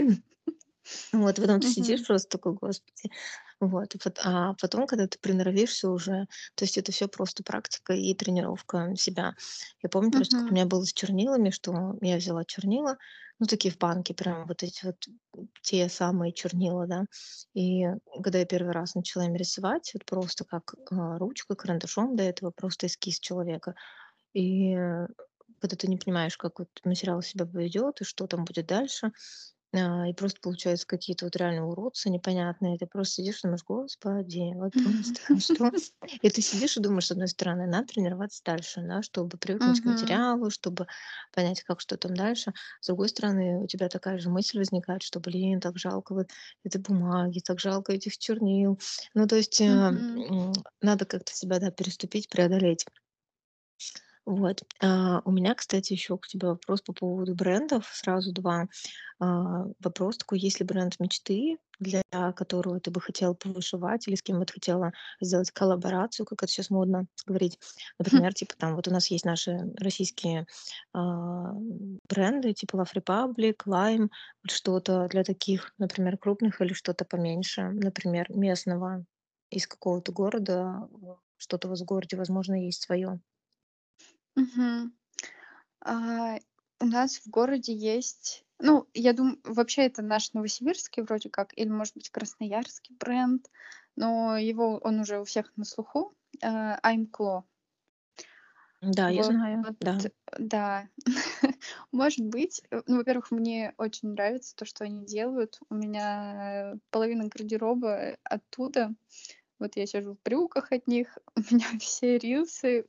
Вот, потом ты сидишь Мгм. просто такой: "Господи". Вот, а потом, когда ты приноровишься уже, то есть это все просто практика и тренировка себя. Я помню просто, как у Мгм. меня было с чернилами, что я взяла чернила, ну, такие в банке, прям вот эти вот, те самые чернила, да. И когда я первый раз начала ими рисовать, вот просто как, ручкой, карандашом, до этого просто эскиз человека. И, когда ты не понимаешь, как вот материал себя поведет и что там будет дальше, и просто получаются какие-то вот реально уродцы непонятные. Ты просто сидишь и думаешь: "Господи, вот просто что?" И ты сидишь и думаешь, с одной стороны, надо тренироваться дальше, да, чтобы привыкнуть к Мгм. материалу, чтобы понять, как что там дальше. С другой стороны, у тебя такая же мысль возникает, что, блин, так жалко вот этой бумаги, так жалко этих чернил. Ну, то есть, Мгм. надо как-то себя, да, переступить, преодолеть. Вот. У меня, кстати, еще к тебе вопрос по поводу брендов. Сразу 2 вопрос такой: есть ли бренд мечты, для которого ты бы хотела повышивать или с кем бы ты хотела сделать коллаборацию, как это сейчас модно говорить? Например, типа там вот у нас есть наши российские, бренды типа Love Republic, Lime. Вот что-то для таких, например, крупных или что-то поменьше, например, местного из какого-то города, что-то у вас в городе, возможно, есть свое. Мгм. А, у нас в городе есть, ну, я думаю, вообще это наш новосибирский вроде как, или, может быть, красноярский бренд, но он уже у всех на слуху. «Аймколо». Да, я Вот, знаю, да. да. Может быть, ну, во-первых, мне очень нравится то, что они делают. У меня половина гардероба оттуда. Вот я сижу в брюках от них, у меня все рилсы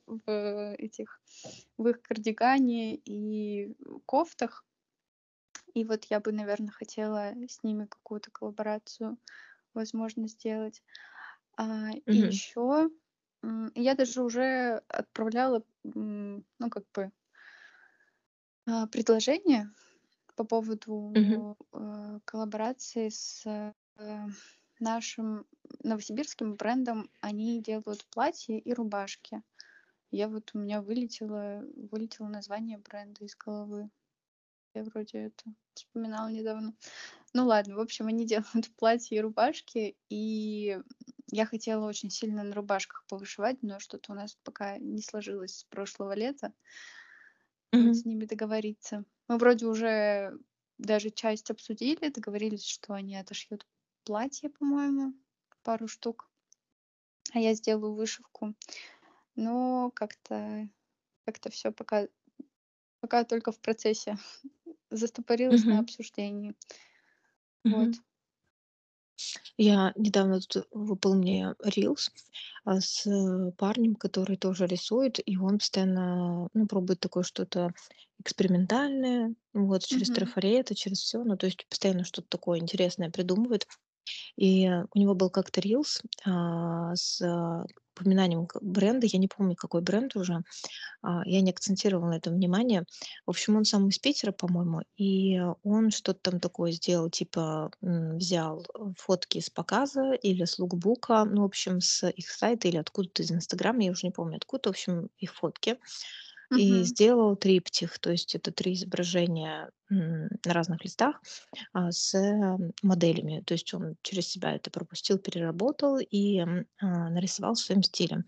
в их кардигане и кофтах. И вот я бы, наверное, хотела с ними какую-то коллаборацию, возможно, сделать. И Мгм, еще, я даже уже отправляла, ну, как бы, предложение по мгм, поводу, коллаборации с, нашим новосибирским брендом. Они делают платья и рубашки. У меня вылетело название бренда из головы. Я вроде это вспоминала недавно. Ну ладно, в общем, они делают платья и рубашки, и я хотела очень сильно на рубашках повышивать, но что-то у нас пока не сложилось с прошлого лета вот мгм, с ними договориться. Мы вроде уже даже часть обсудили, договорились, что они отошьют платье, по-моему, пару штук, а я сделаю вышивку. Но как-то все пока только в процессе. Застопорилась на мгм, обсуждении. мгм. Вот. Я недавно тут выпал мне рилс, с парнем, который тоже рисует, и он постоянно, ну, пробует такое что-то экспериментальное, вот, через Мгм. трафареты, через все, ну, то есть постоянно что-то такое интересное придумывает. И у него был как-то рилс, с упоминанием бренда, я не помню, какой бренд уже, я не акцентировала на этом внимание. В общем, он сам из Питера, по-моему, и он что-то там такое сделал, типа, взял фотки с показа или с лукбука, ну, в общем, с их сайта или откуда-то из Инстаграма, я уже не помню откуда, в общем, их фотки, и Мгм. сделал триптих, то есть это 3 изображения, на разных листах, с моделями. То есть он через себя это пропустил, переработал и, нарисовал своим стилем.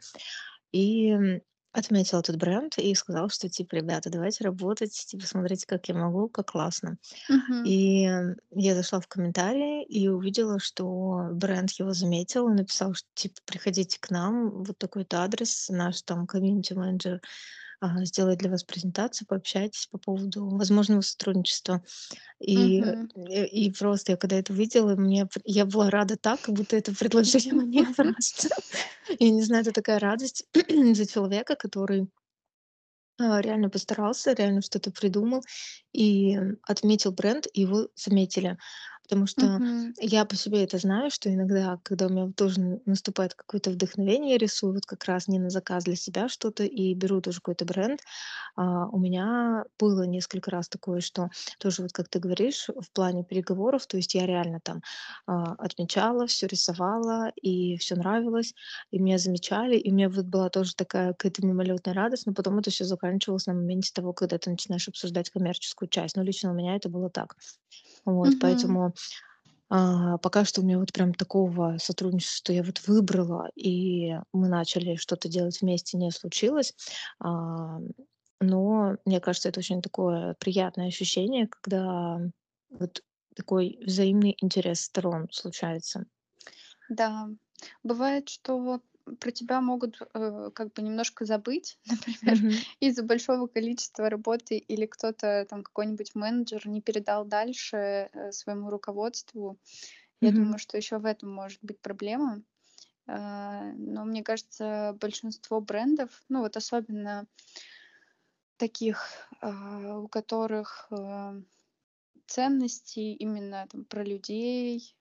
И, отметил этот бренд и сказал, что типа: "Ребята, давайте работать, типа, смотрите, как я могу, как классно". Мгм. И, я зашла в комментарии и увидела, что бренд его заметил и написал, что типа: "Приходите к нам, вот такой-то адрес, наш там комьюнити-менеджер, сделает для вас презентацию, пообщайтесь по поводу возможного сотрудничества". И, Мгм. и просто я когда это увидела, я была рада так, как будто это предложили мне просто. Я не знаю, это такая радость за человека, который реально постарался, реально что-то придумал и отметил бренд, и его заметили. Потому что Мгм. я по себе это знаю, что иногда, когда у меня тоже наступает какое-то вдохновение, я рисую вот как раз не на заказ для себя что-то и беру тоже какой-то бренд, у меня было несколько раз такое, что тоже вот как ты говоришь, в плане переговоров, то есть я реально там отмечала, все рисовала, и все нравилось, и меня замечали, и у меня вот была тоже такая какая-то мимолетная радость, но потом это все заканчивалось на моменте того, когда ты начинаешь обсуждать коммерческую часть. Но лично у меня это было так. Вот, Мгм. поэтому пока что у меня вот прям такого сотрудничества, что я вот выбрала, и мы начали что-то делать вместе, не случилось. А, но мне кажется, это очень такое приятное ощущение, когда вот такой взаимный интерес сторон случается. Да. Бывает, что про тебя могут, как бы немножко забыть, например, Мгм. из-за большого количества работы или кто-то там, какой-нибудь менеджер не передал дальше, своему руководству. Я Мгм. думаю, что еще в этом может быть проблема. Но мне кажется, большинство брендов, ну вот особенно таких, у которых, ценности именно там про людей,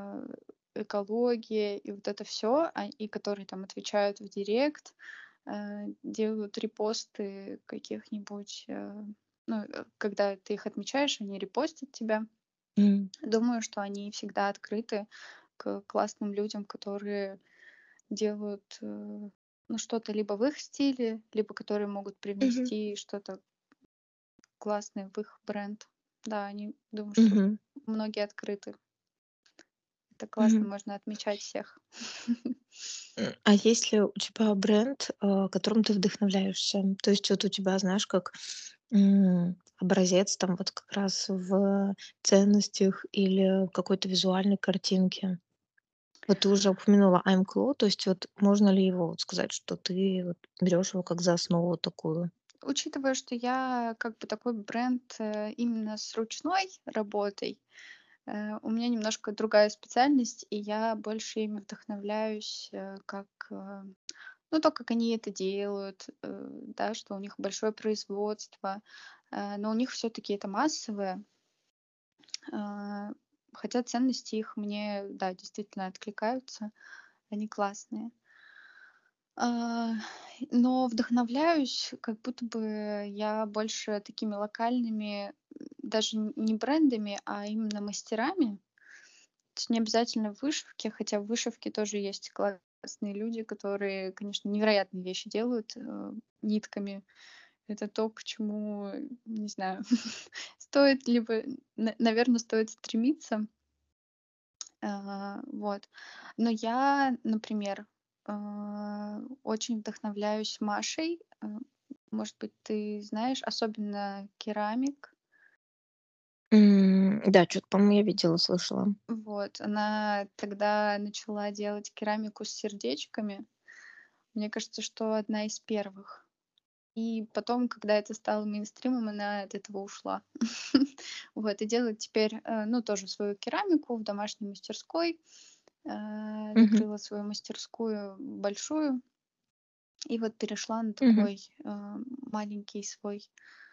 экология и вот это все, и которые там отвечают в директ, делают репосты каких-нибудь, ну, когда ты их отмечаешь, они репостят тебя. М. Думаю, что они всегда открыты к классным людям, которые делают, ну, что-то либо в их стиле, либо которые могут Мгм. привнести что-то классное в их бренд. Да, они, думаю, что Мгм. многие открыты. Это классно, Мгм. можно отмечать всех. А есть ли у тебя бренд, которым ты вдохновляешься? То есть вот у тебя, знаешь, как, образец там вот как раз в ценностях или в какой-то визуальной картинке? Вот ты уже упомянула "Аймкло", то есть вот можно ли его вот сказать, что ты вот берёшь его как за основу такую? Учитывая, что я как бы такой бренд, именно с ручной работой, у меня немножко другая специальность, и я больше ими вдохновляюсь, как, ну, то, как они это делают, да, что у них большое производство, но у них все таки это массовое, а, хотя ценности их мне, да, действительно откликаются, они классные. А, но вдохновляюсь, как будто бы я больше такими локальными, даже не брендами, а именно мастерами. То есть не обязательно в вышивке, хотя в вышивке тоже есть классные люди, которые, конечно, невероятные вещи делают, нитками. Это то, к чему, не знаю, стоит либо, наверно, стоит стремиться. Вот. Но я, например, очень вдохновляюсь Машей. Может быть, ты знаешь, особенно керамик. Да, что то по-моему, я видела, слышала. Вот. Она тогда начала делать керамику с сердечками. Мне кажется, что одна из первых. И потом, когда это стало мейнстримом, она от этого ушла. Вот, и делает теперь, ну, тоже свою керамику в домашней мастерской. Мгм. Закрыла свою мастерскую большую и вот перешла на Мгм. такой, маленький свой,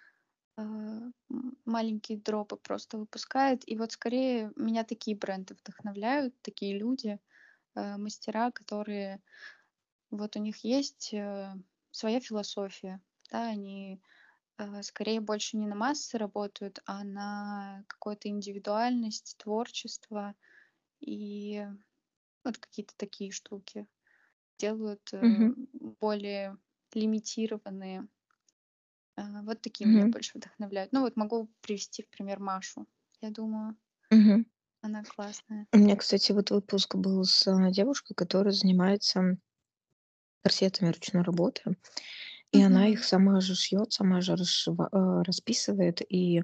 маленькие дропы просто выпускает. И вот скорее меня такие бренды вдохновляют, такие люди, мастера, которые вот у них есть, своя философия. Да, они, скорее больше не на массы работают, а на какую-то индивидуальность, творчество и вот какие-то такие штуки. Делают, Мгм. более лимитированные. Вот такие меня Мгм. больше вдохновляют. Ну вот могу привести в пример Машу. Я думаю, Мгм. она классная. У меня, кстати, вот выпуск был с, девушкой, которая занимается корсетами ручной работы, и она их Мгм. сама же шьет, сама же расписывает. И,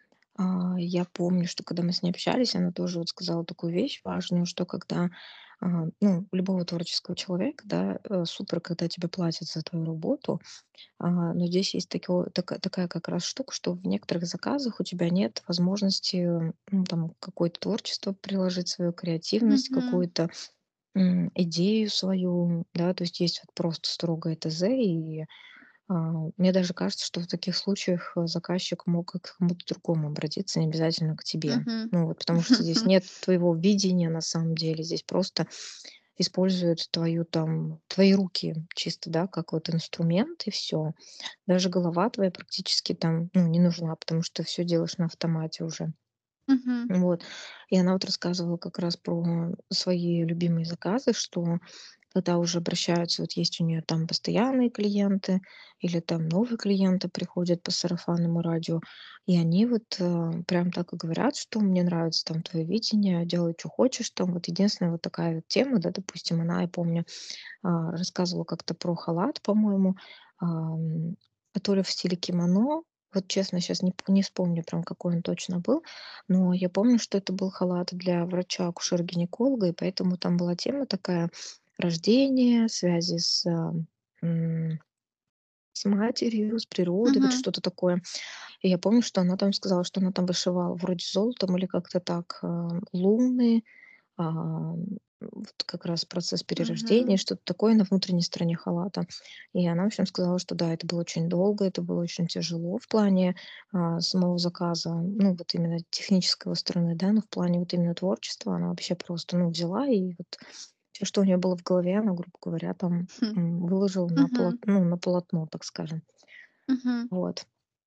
я помню, что когда мы с ней общались, она тоже вот сказала такую вещь важную, что когда, ну, у любого творческого человека, да, супер, когда тебе платят за твою работу. Но здесь есть такая как раз штука, что в некоторых заказах у тебя нет возможности, ну, там, какое-то творчество приложить, свою креативность, Мгм. какую-то, идею свою, да. То есть есть вот просто строгое ТЗ, и, мне даже кажется, что в таких случаях, заказчик мог к кому-то другому обратиться, не обязательно к тебе. Мгм. Ну вот, потому что здесь нет твоего видения на самом деле. Здесь просто используют твои руки чисто, да, как вот инструмент, и все. Даже голова твоя практически там, ну, не нужна, потому что все делаешь на автомате уже. Мгм. Вот. И она вот рассказывала как раз про свои любимые заказы, что когда уже обращаются, вот есть у нее там постоянные клиенты или там новые клиенты приходят по сарафанному радио, и они вот, прям так и говорят, что мне нравится там твое видение, делай, что хочешь там. Вот единственная вот такая вот тема, да, допустим, она, я помню, рассказывала как-то про халат, по-моему, ам, который в стиле кимоно. Вот честно, сейчас не вспомню прям, какой он точно был, но я помню, что это был халат для врача-акушера-гинеколога, и поэтому там была тема такая, рождения, связи м, с матерью, с природой, вот Мгм. что-то такое. И я помню, что она там сказала, что она там вышивала вроде золотом или как-то так, луны, вот как раз процесс перерождения, Мгм. что-то такое на внутренней стороне халата. И она, в общем, сказала, что да, это было очень долго, это было очень тяжело в плане самого заказа, ну, вот именно технической стороны, да, но в плане вот именно творчества она вообще просто, ну, взяла и вот все, что у нее было в голове, она, грубо говоря, там Хм. выложила Мгм. ну, на полотно, так скажем. Мгм. Вот.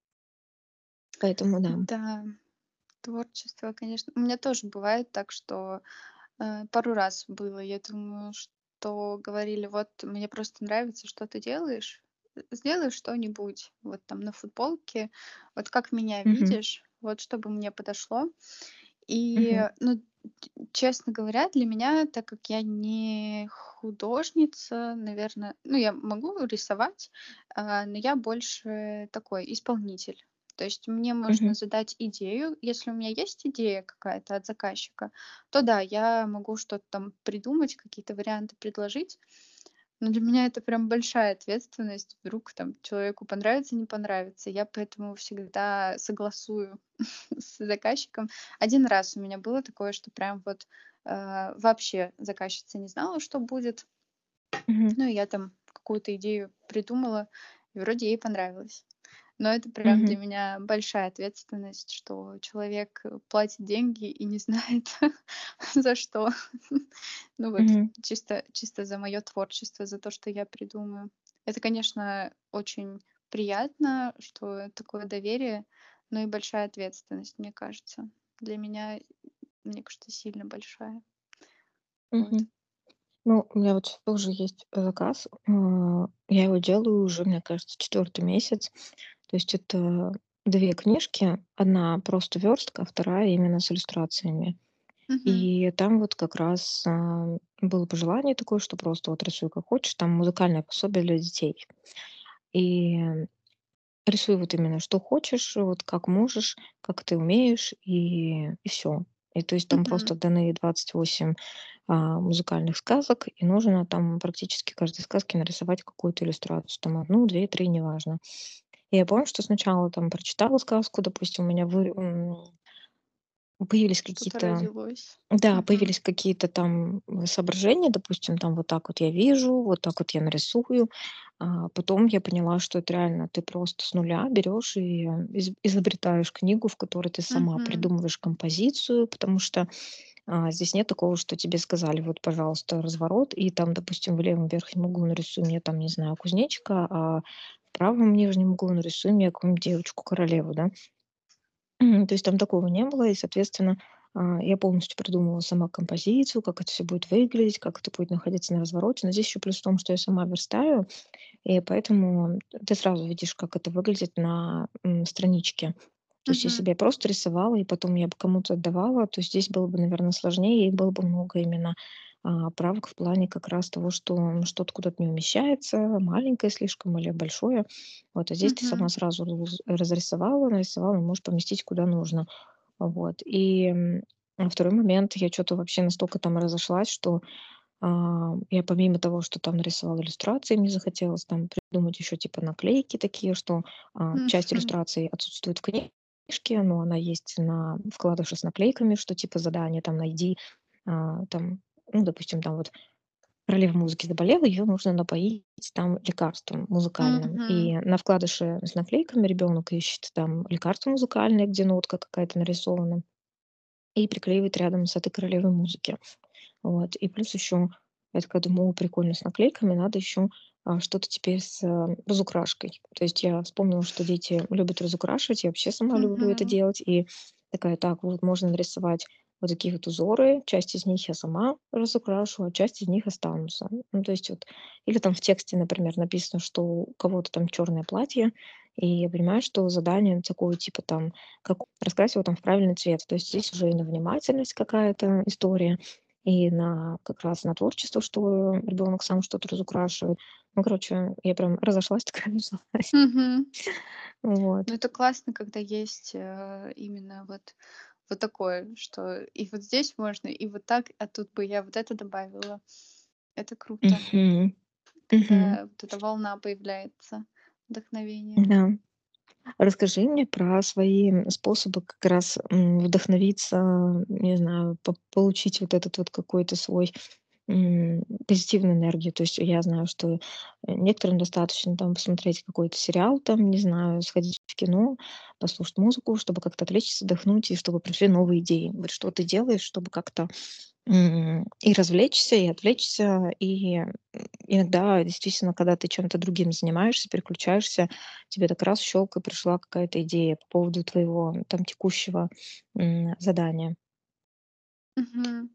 Поэтому да. Да, творчество, конечно. У меня тоже бывает так, что, пару раз было. Я думаю, что говорили: "Вот мне просто нравится, что ты делаешь. Сделай что-нибудь вот там на футболке, вот как меня Мгм. видишь, вот чтобы мне подошло". Мгм. Ну, честно говоря, для меня, так как я не художница, наверное, ну, я могу рисовать, но я больше такой исполнитель. То есть мне можно Мгм. задать идею. Если у меня есть идея какая-то от заказчика, то да, я могу что-то там придумать, какие-то варианты предложить. Но для меня это прям большая ответственность. Вдруг там человеку понравится, не понравится. Я поэтому всегда согласую с заказчиком. Один раз у меня было такое, что прям вот, вообще заказчица не знала, что будет. Мгм. Ну, и я там какую-то идею придумала, и вроде ей понравилось. Но это прям для Мгм. меня большая ответственность, что человек, платит деньги и не знает, за что. Ну вот, Мгм. чисто за мое творчество, за то, что я придумаю. Это, конечно, очень приятно, что такое доверие, но и большая ответственность, мне кажется. Для меня, мне кажется, сильно большая. Вот. Мгм. Ну, у меня вот тоже есть заказ. Я его делаю уже, мне кажется, четвертый месяц. То есть это 2 книжки. Одна просто верстка, а вторая именно с иллюстрациями. Мгм. И там вот как раз, было пожелание такое, что просто вот рисуй как хочешь. Там музыкальное пособие для детей. И рисуй вот именно что хочешь, вот как можешь, как ты умеешь, и все. И то есть там Мгм. просто даны 28 музыкальных сказок, и нужно там практически каждой сказке нарисовать какую-то иллюстрацию, там одну, 2, 3, неважно. И я помню, что сначала там прочитала сказку, допустим, у меня появились Что-то какие-то, родилось. да, Мгм. появились какие-то там соображения, допустим, там вот так вот я вижу, вот так вот я нарисую. Потом я поняла, что это реально ты просто с нуля берешь и изобретаешь книгу, в которой ты сама Мгм. придумываешь композицию, потому что здесь нет такого, что тебе сказали, вот, пожалуйста, разворот, и там, допустим, в левом верхнем углу нарисуй мне там, не знаю, кузнечика, а в правом нижнем углу нарисуй мне какую-нибудь девочку-королеву, да. То есть там такого не было, и, соответственно, я полностью придумывала сама композицию, как это все будет выглядеть, как это будет находиться на развороте. Но здесь еще плюс в том, что я сама верстаю, и поэтому ты сразу видишь, как это выглядит на страничке. То есть если Мгм. бы я просто рисовала и потом я бы кому-то отдавала, то здесь было бы, наверное, сложнее, и было бы много именно правок в плане как раз того, что что-то куда-то не умещается, маленькое слишком или большое. Вот, а здесь ты сама Мгм. сразу разрисовала, нарисовала, и можешь поместить куда нужно. Вот. И второй момент, я что-то вообще настолько там разошлась, что я помимо того, что там нарисовала иллюстрации, мне захотелось там придумать еще типа наклейки такие, что часть Мгм. иллюстраций отсутствует в книжке, но она есть на вкладыше с наклейками, что типа задание там найди, там, ну, допустим, там вот королева музыки заболела, ее нужно напоить там лекарством музыкальным. Мгм. И на вкладыше с наклейками ребенок ищет там лекарство музыкальное, где нотка какая-то нарисована, и приклеивает рядом с этой королевой музыки. Вот. И плюс еще я такая думаю: "О, прикольно, с наклейками, надо еще, что-то теперь с, разукрашкой". То есть я вспомнила, что дети любят разукрашивать, я вообще сама люблю это Мгм. делать. И такая: "Так, вот можно нарисовать вот такие вот узоры, часть из них я сама разукрашу, а часть из них останутся". Ну, то есть вот или там в тексте, например, написано, что у кого-то там черное платье, и я понимаю, что задание такое типа там, как раскрасить его там в правильный цвет. То есть здесь уже и на внимательность какая-то история, и на как раз на творчество, что ребенок сам что-то разукрашивает. Ну, короче, я прям разошлась такая разошлась. Мгм. Вот. Ну, это классно, когда есть, именно вот такое, что и вот здесь можно, и вот так, а тут бы я вот это добавила. Это круто, Мгм. Мгм. когда вот эта волна появляется вдохновения. Да. Расскажи мне про свои, способы как раз, вдохновиться, не знаю, получить вот этот вот какой-то свой, позитивную энергию. То есть я знаю, что, некоторым достаточно там посмотреть какой-то сериал, там, не знаю, сходить в кино, послушать музыку, чтобы как-то отвлечься, отдохнуть и чтобы пришли новые идеи. Вот что ты делаешь, чтобы как-то, и развлечься, и отвлечься, и, иногда действительно, когда ты чем-то другим занимаешься, переключаешься, тебе так раз щелк и пришла какая-то идея по поводу твоего там текущего, задания. Мгм.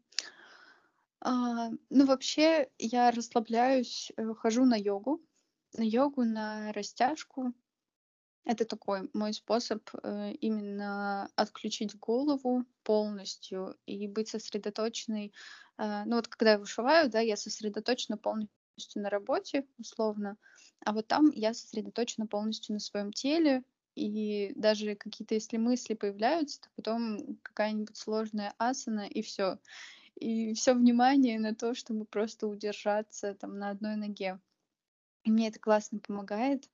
Ну, вообще, я расслабляюсь, хожу на йогу, на растяжку. Это такой мой способ, именно отключить голову полностью и быть сосредоточенной. Ну, вот когда я вышиваю, да, я сосредоточена полностью на работе, условно, а вот там я сосредоточена полностью на своем теле, и даже какие-то, если мысли появляются, то потом какая-нибудь сложная асана, и все. И все внимание на то, чтобы просто удержаться там на одной ноге. И мне это классно помогает.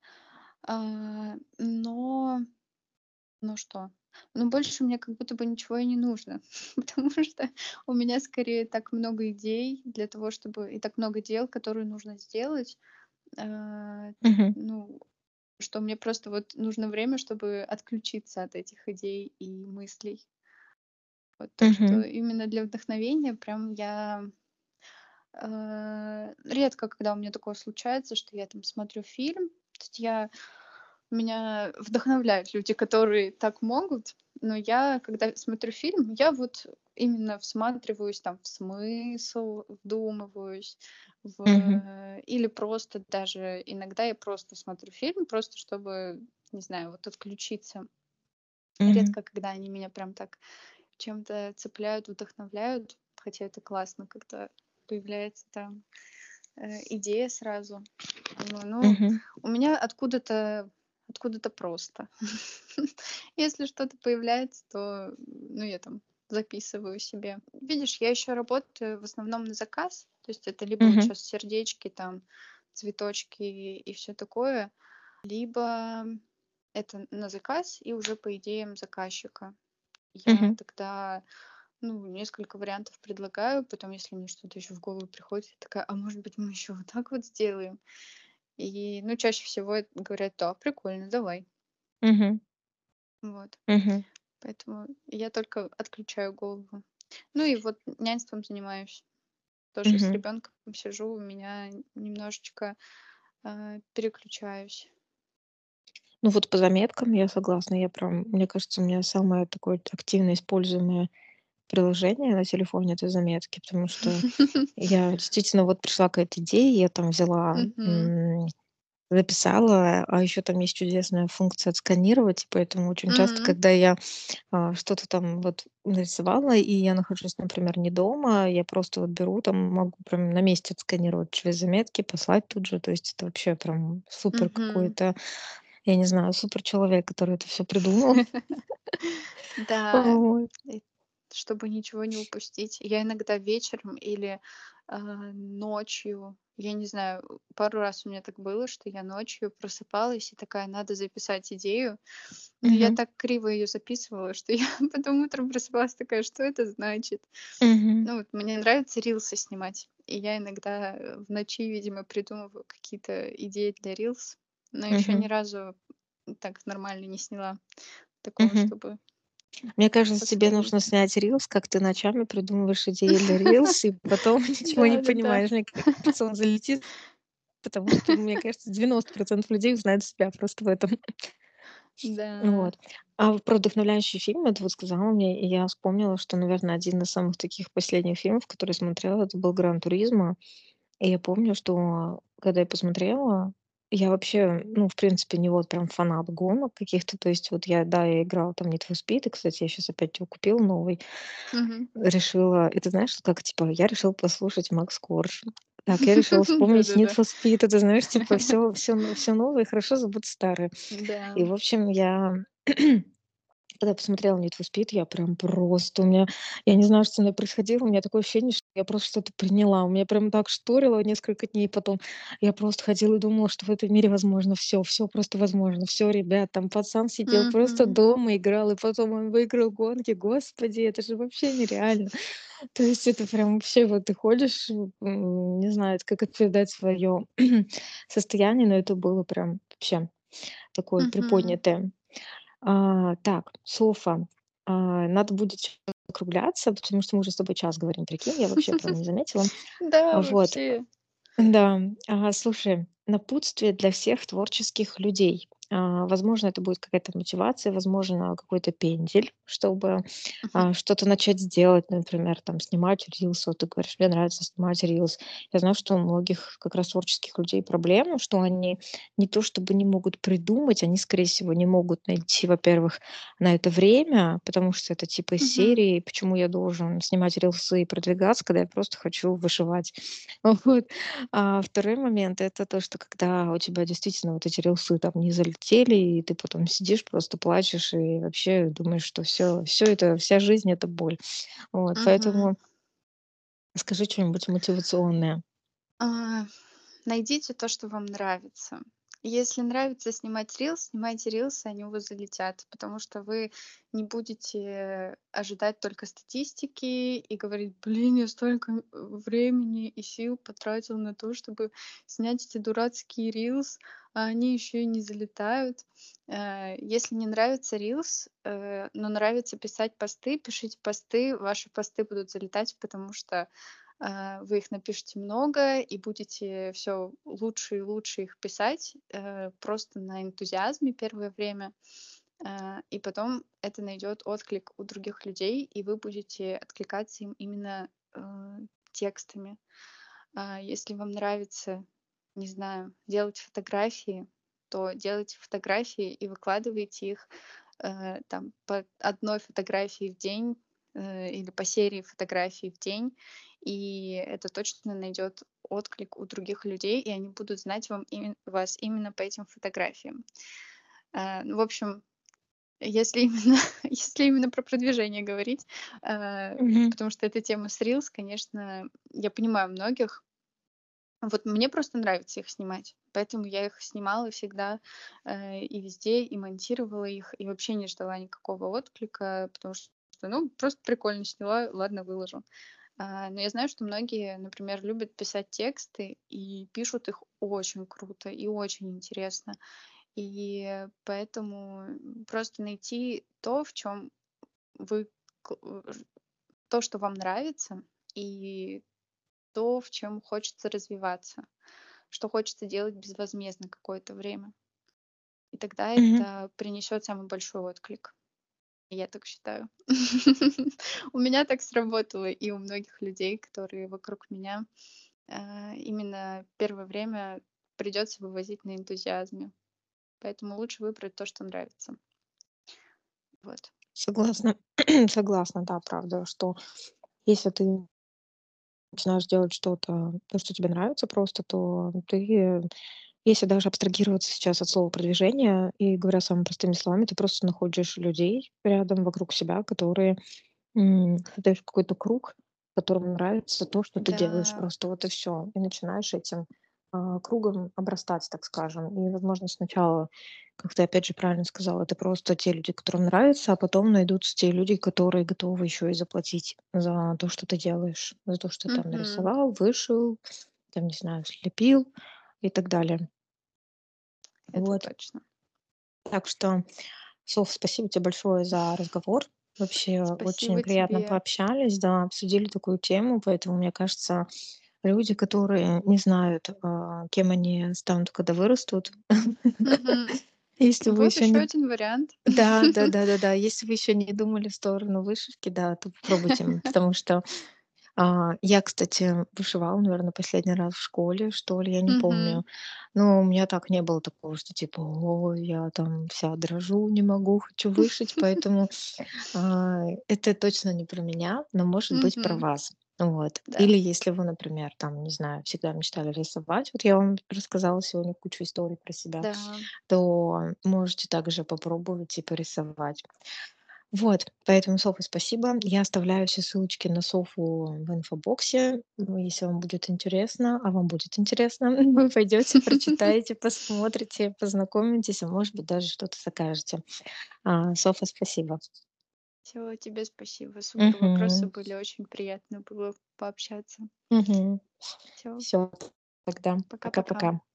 Но что? Ну, больше мне как будто бы ничего и не нужно, потому что у меня скорее так много идей для того, чтобы и так много дел, которые нужно сделать, а, Мгм. ну, что мне просто вот нужно время, чтобы отключиться от этих идей и мыслей. Вот, так что Мгм. именно для вдохновения прям я редко, когда у меня такое случается, что я там смотрю фильм. То есть меня вдохновляют люди, которые так могут, но я, когда смотрю фильм, я вот именно всматриваюсь там в смысл, вдумываюсь Мгм. или просто даже иногда я просто смотрю фильм, просто чтобы, не знаю, вот отключиться. Мгм. Редко, когда они меня прям так чем-то цепляют, вдохновляют, хотя это классно, когда появляется там идея сразу. Думаю, ну, Мгм. у меня откуда-то просто. Если что-то появляется, то, ну, я там записываю себе. Видишь, я еще работаю в основном на заказ. То есть это либо вот Мгм. сейчас сердечки, там, цветочки и все такое, либо это на заказ и уже по идеям заказчика. Я Мгм. тогда, ну, несколько вариантов предлагаю, потом, если мне что-то еще в голову приходит, я такая, а может быть, мы еще вот так вот сделаем? И, ну, чаще всего говорят: "Да, прикольно, давай". Мгм. Вот. Мгм. Поэтому я только отключаю голову. Ну и вот няньством занимаюсь. Тоже с Мгм. ребенком сижу, у меня немножечко, переключаюсь. Ну вот по заметкам я согласна. Я прям, мне кажется, у меня самое такое активно используемое приложение на телефоне — это заметки, потому что я действительно вот пришла какая-то идея, я там взяла, Мгм. записала, а еще там есть чудесная функция отсканировать, и поэтому очень часто, М. когда я, что-то там вот нарисовала, и я нахожусь, например, не дома, я просто вот беру, там могу прям на месте отсканировать через заметки, послать тут же. То есть это вообще прям супер Мгм. какой-то, я не знаю, супер человек, который это все придумал. Да, Вот. и чтобы ничего не упустить. Я иногда вечером или, ночью, я не знаю, пару раз у меня так было, что я ночью просыпалась и такая: "Надо записать идею". Но я Мгм. так криво ее записывала, что я потом утром просыпалась такая: "Что это значит?" Мгм. Ну, вот мне нравится рилсы снимать, и я иногда, в ночи, видимо, придумываю какие-то идеи для рилс, но еще ни Мгм. разу так нормально не сняла такого, Мгм. чтобы Мне кажется, тебе нужно посмотреть. снять рилс, как ты ночами придумываешь идеи для рилс, и потом ничего не Да-да-да. понимаешь. Мне кажется, он залетит, потому что, мне кажется, 90% людей узнают себя просто в этом. Да. Вот. А про вдохновляющие фильмы ты вот сказала мне, и я вспомнила, что, наверное, один из самых таких последних фильмов, который смотрела, это был "Гран Туризмо". И я помню, что когда я посмотрела, я вообще, ну, в принципе, не вот прям фанат гонок каких-то. То есть вот я, да, я играла там Need for Speed, и, кстати, я сейчас опять его купила новый. Мгм. Решила, это знаешь, как типа, я решила послушать Макс Корж. Так, я решила вспомнить Need Да-да-да. for Speed. Это знаешь, типа, все новое, хорошо забыть старое. И, Да. в общем, я Когда я посмотрела Need for Speed, я прям просто у меня я не знаю, что со мной происходило. У меня такое ощущение, что я просто что-то приняла. У меня прям так шторило несколько дней потом. Я просто ходила и думала, что в этом мире возможно все, все просто возможно. Все, ребят, там пацан сидел просто Мгм. дома, играл, и потом он выиграл гонки. Господи, это же вообще нереально. То есть это прям вообще вот ты ходишь, не знаю, как это передать свое состояние, но это было прям вообще такое Мгм. приподнятое. Так, Софа, надо будет щас закругляться, потому что мы уже с тобой час говорим, прикинь, я вообще прям не заметила. Да, Вот. вообще. Да, слушай, напутствие для всех творческих людей. Возможно, это будет какая-то мотивация, возможно, какой-то пендель, чтобы Мгм. что-то начать делать, например, там, снимать рилсы. Вот ты говоришь, мне нравится снимать рилс. Я знаю, что у многих как раз творческих людей проблема, что они не то чтобы не могут придумать, они, скорее всего, не могут найти, во-первых, на это время, потому что это типа из Мгм. серии, почему я должен снимать рилсы и продвигаться, когда я просто хочу вышивать. Вот. Второй момент — это то, что когда у тебя действительно вот эти рилсы там не залетели, и ты потом сидишь, просто плачешь и вообще думаешь, что все это, вся жизнь — это боль. Вот, Мгм. поэтому скажи что нибудь мотивационное. А, Найдите то, что вам нравится. Если нравится снимать рилс, снимайте рилсы, они у вас залетят, потому что вы не будете ожидать только статистики и говорить: "Блин, я столько времени и сил потратил на то, чтобы снять эти дурацкие рилс, а они еще и не залетают". Если не нравится рилс, но нравится писать посты, пишите посты, ваши посты будут залетать, потому что вы их напишете много и будете все лучше и лучше их писать, просто на энтузиазме первое время. И потом это найдет отклик у других людей, и вы будете откликаться им именно, текстами. Если вам нравится, не знаю, делать фотографии, то делайте фотографии и выкладывайте их, там по одной фотографии в день, или по серии фотографий в день. И это точно найдет отклик у других людей, и они будут знать вас именно по этим фотографиям. Ну, в общем, если именно если именно про продвижение говорить, Мгм. потому что эта тема с Reels, конечно, я понимаю многих. Вот мне просто нравится их снимать, поэтому я их снимала всегда, и везде, и монтировала их, и вообще не ждала никакого отклика, потому что, ну, просто прикольно сняла, ладно, выложу. Но я знаю, что многие, например, любят писать тексты и пишут их очень круто и очень интересно. И поэтому, просто найти то, в чем вы к ж то, что вам нравится, и то, в чем хочется развиваться, что хочется делать безвозмездно какое-то время. И тогда Мгм. это принесет самый большой отклик. Я так считаю. У меня так сработало, и у многих людей, которые вокруг меня. Именно первое время придется вывозить на энтузиазме, поэтому лучше выбрать то, что нравится. Вот. Согласна. Согласна, да, правда, что если ты начинаешь делать что-то, то, что тебе нравится просто, то ты, если даже абстрагироваться сейчас от слова продвижение и говоря самыми простыми словами, ты просто находишь людей рядом вокруг себя, которые создаешь какой-то круг, которому нравится то, что ты делаешь. Да. Просто вот и все. И начинаешь этим кругом обрастать, так скажем. И, возможно, сначала, как ты опять же правильно сказала, это просто те люди, которым нравится, а потом найдутся те люди, которые готовы еще и заплатить за то, что ты делаешь, за то, что ты там Мгм. нарисовал, вышел, там, не знаю, слепил и так далее. Это Вот. точно. Так что, Соф, спасибо тебе большое за разговор. Вообще очень Спасибо приятно тебе. пообщались, да, обсудили такую тему, поэтому, мне кажется, люди, которые не знают, кем они станут, когда вырастут, Мгм. если вы Вот еще еще не... один вариант. Да, да, да, да, да. Если вы еще не думали в сторону вышивки, да, то попробуйте, потому что я, кстати, вышивала, наверное, последний раз в школе, что ли, я не Мгм. помню. Но у меня так не было такого, что типа, ой, я там вся дрожу, не могу, хочу вышить, поэтому это точно не про меня, но может быть про Мгм. вас. Вот. Да. Или если вы, например, там, не знаю, всегда мечтали рисовать, вот я вам рассказала сегодня кучу историй про себя, Да. то можете также попробовать и порисовать. Вот, поэтому, Софа, спасибо. Я оставляю все ссылочки на Софу в инфобоксе. Ну, если вам будет интересно, а вам будет интересно, вы пойдете, прочитаете, посмотрите, познакомитесь, а может быть, даже что-то закажете. Софа, спасибо. Всё, тебе спасибо. Супер вопросы Мгм. были, очень приятно было пообщаться. Мгм. Все, Всё, тогда пока-пока. пока-пока.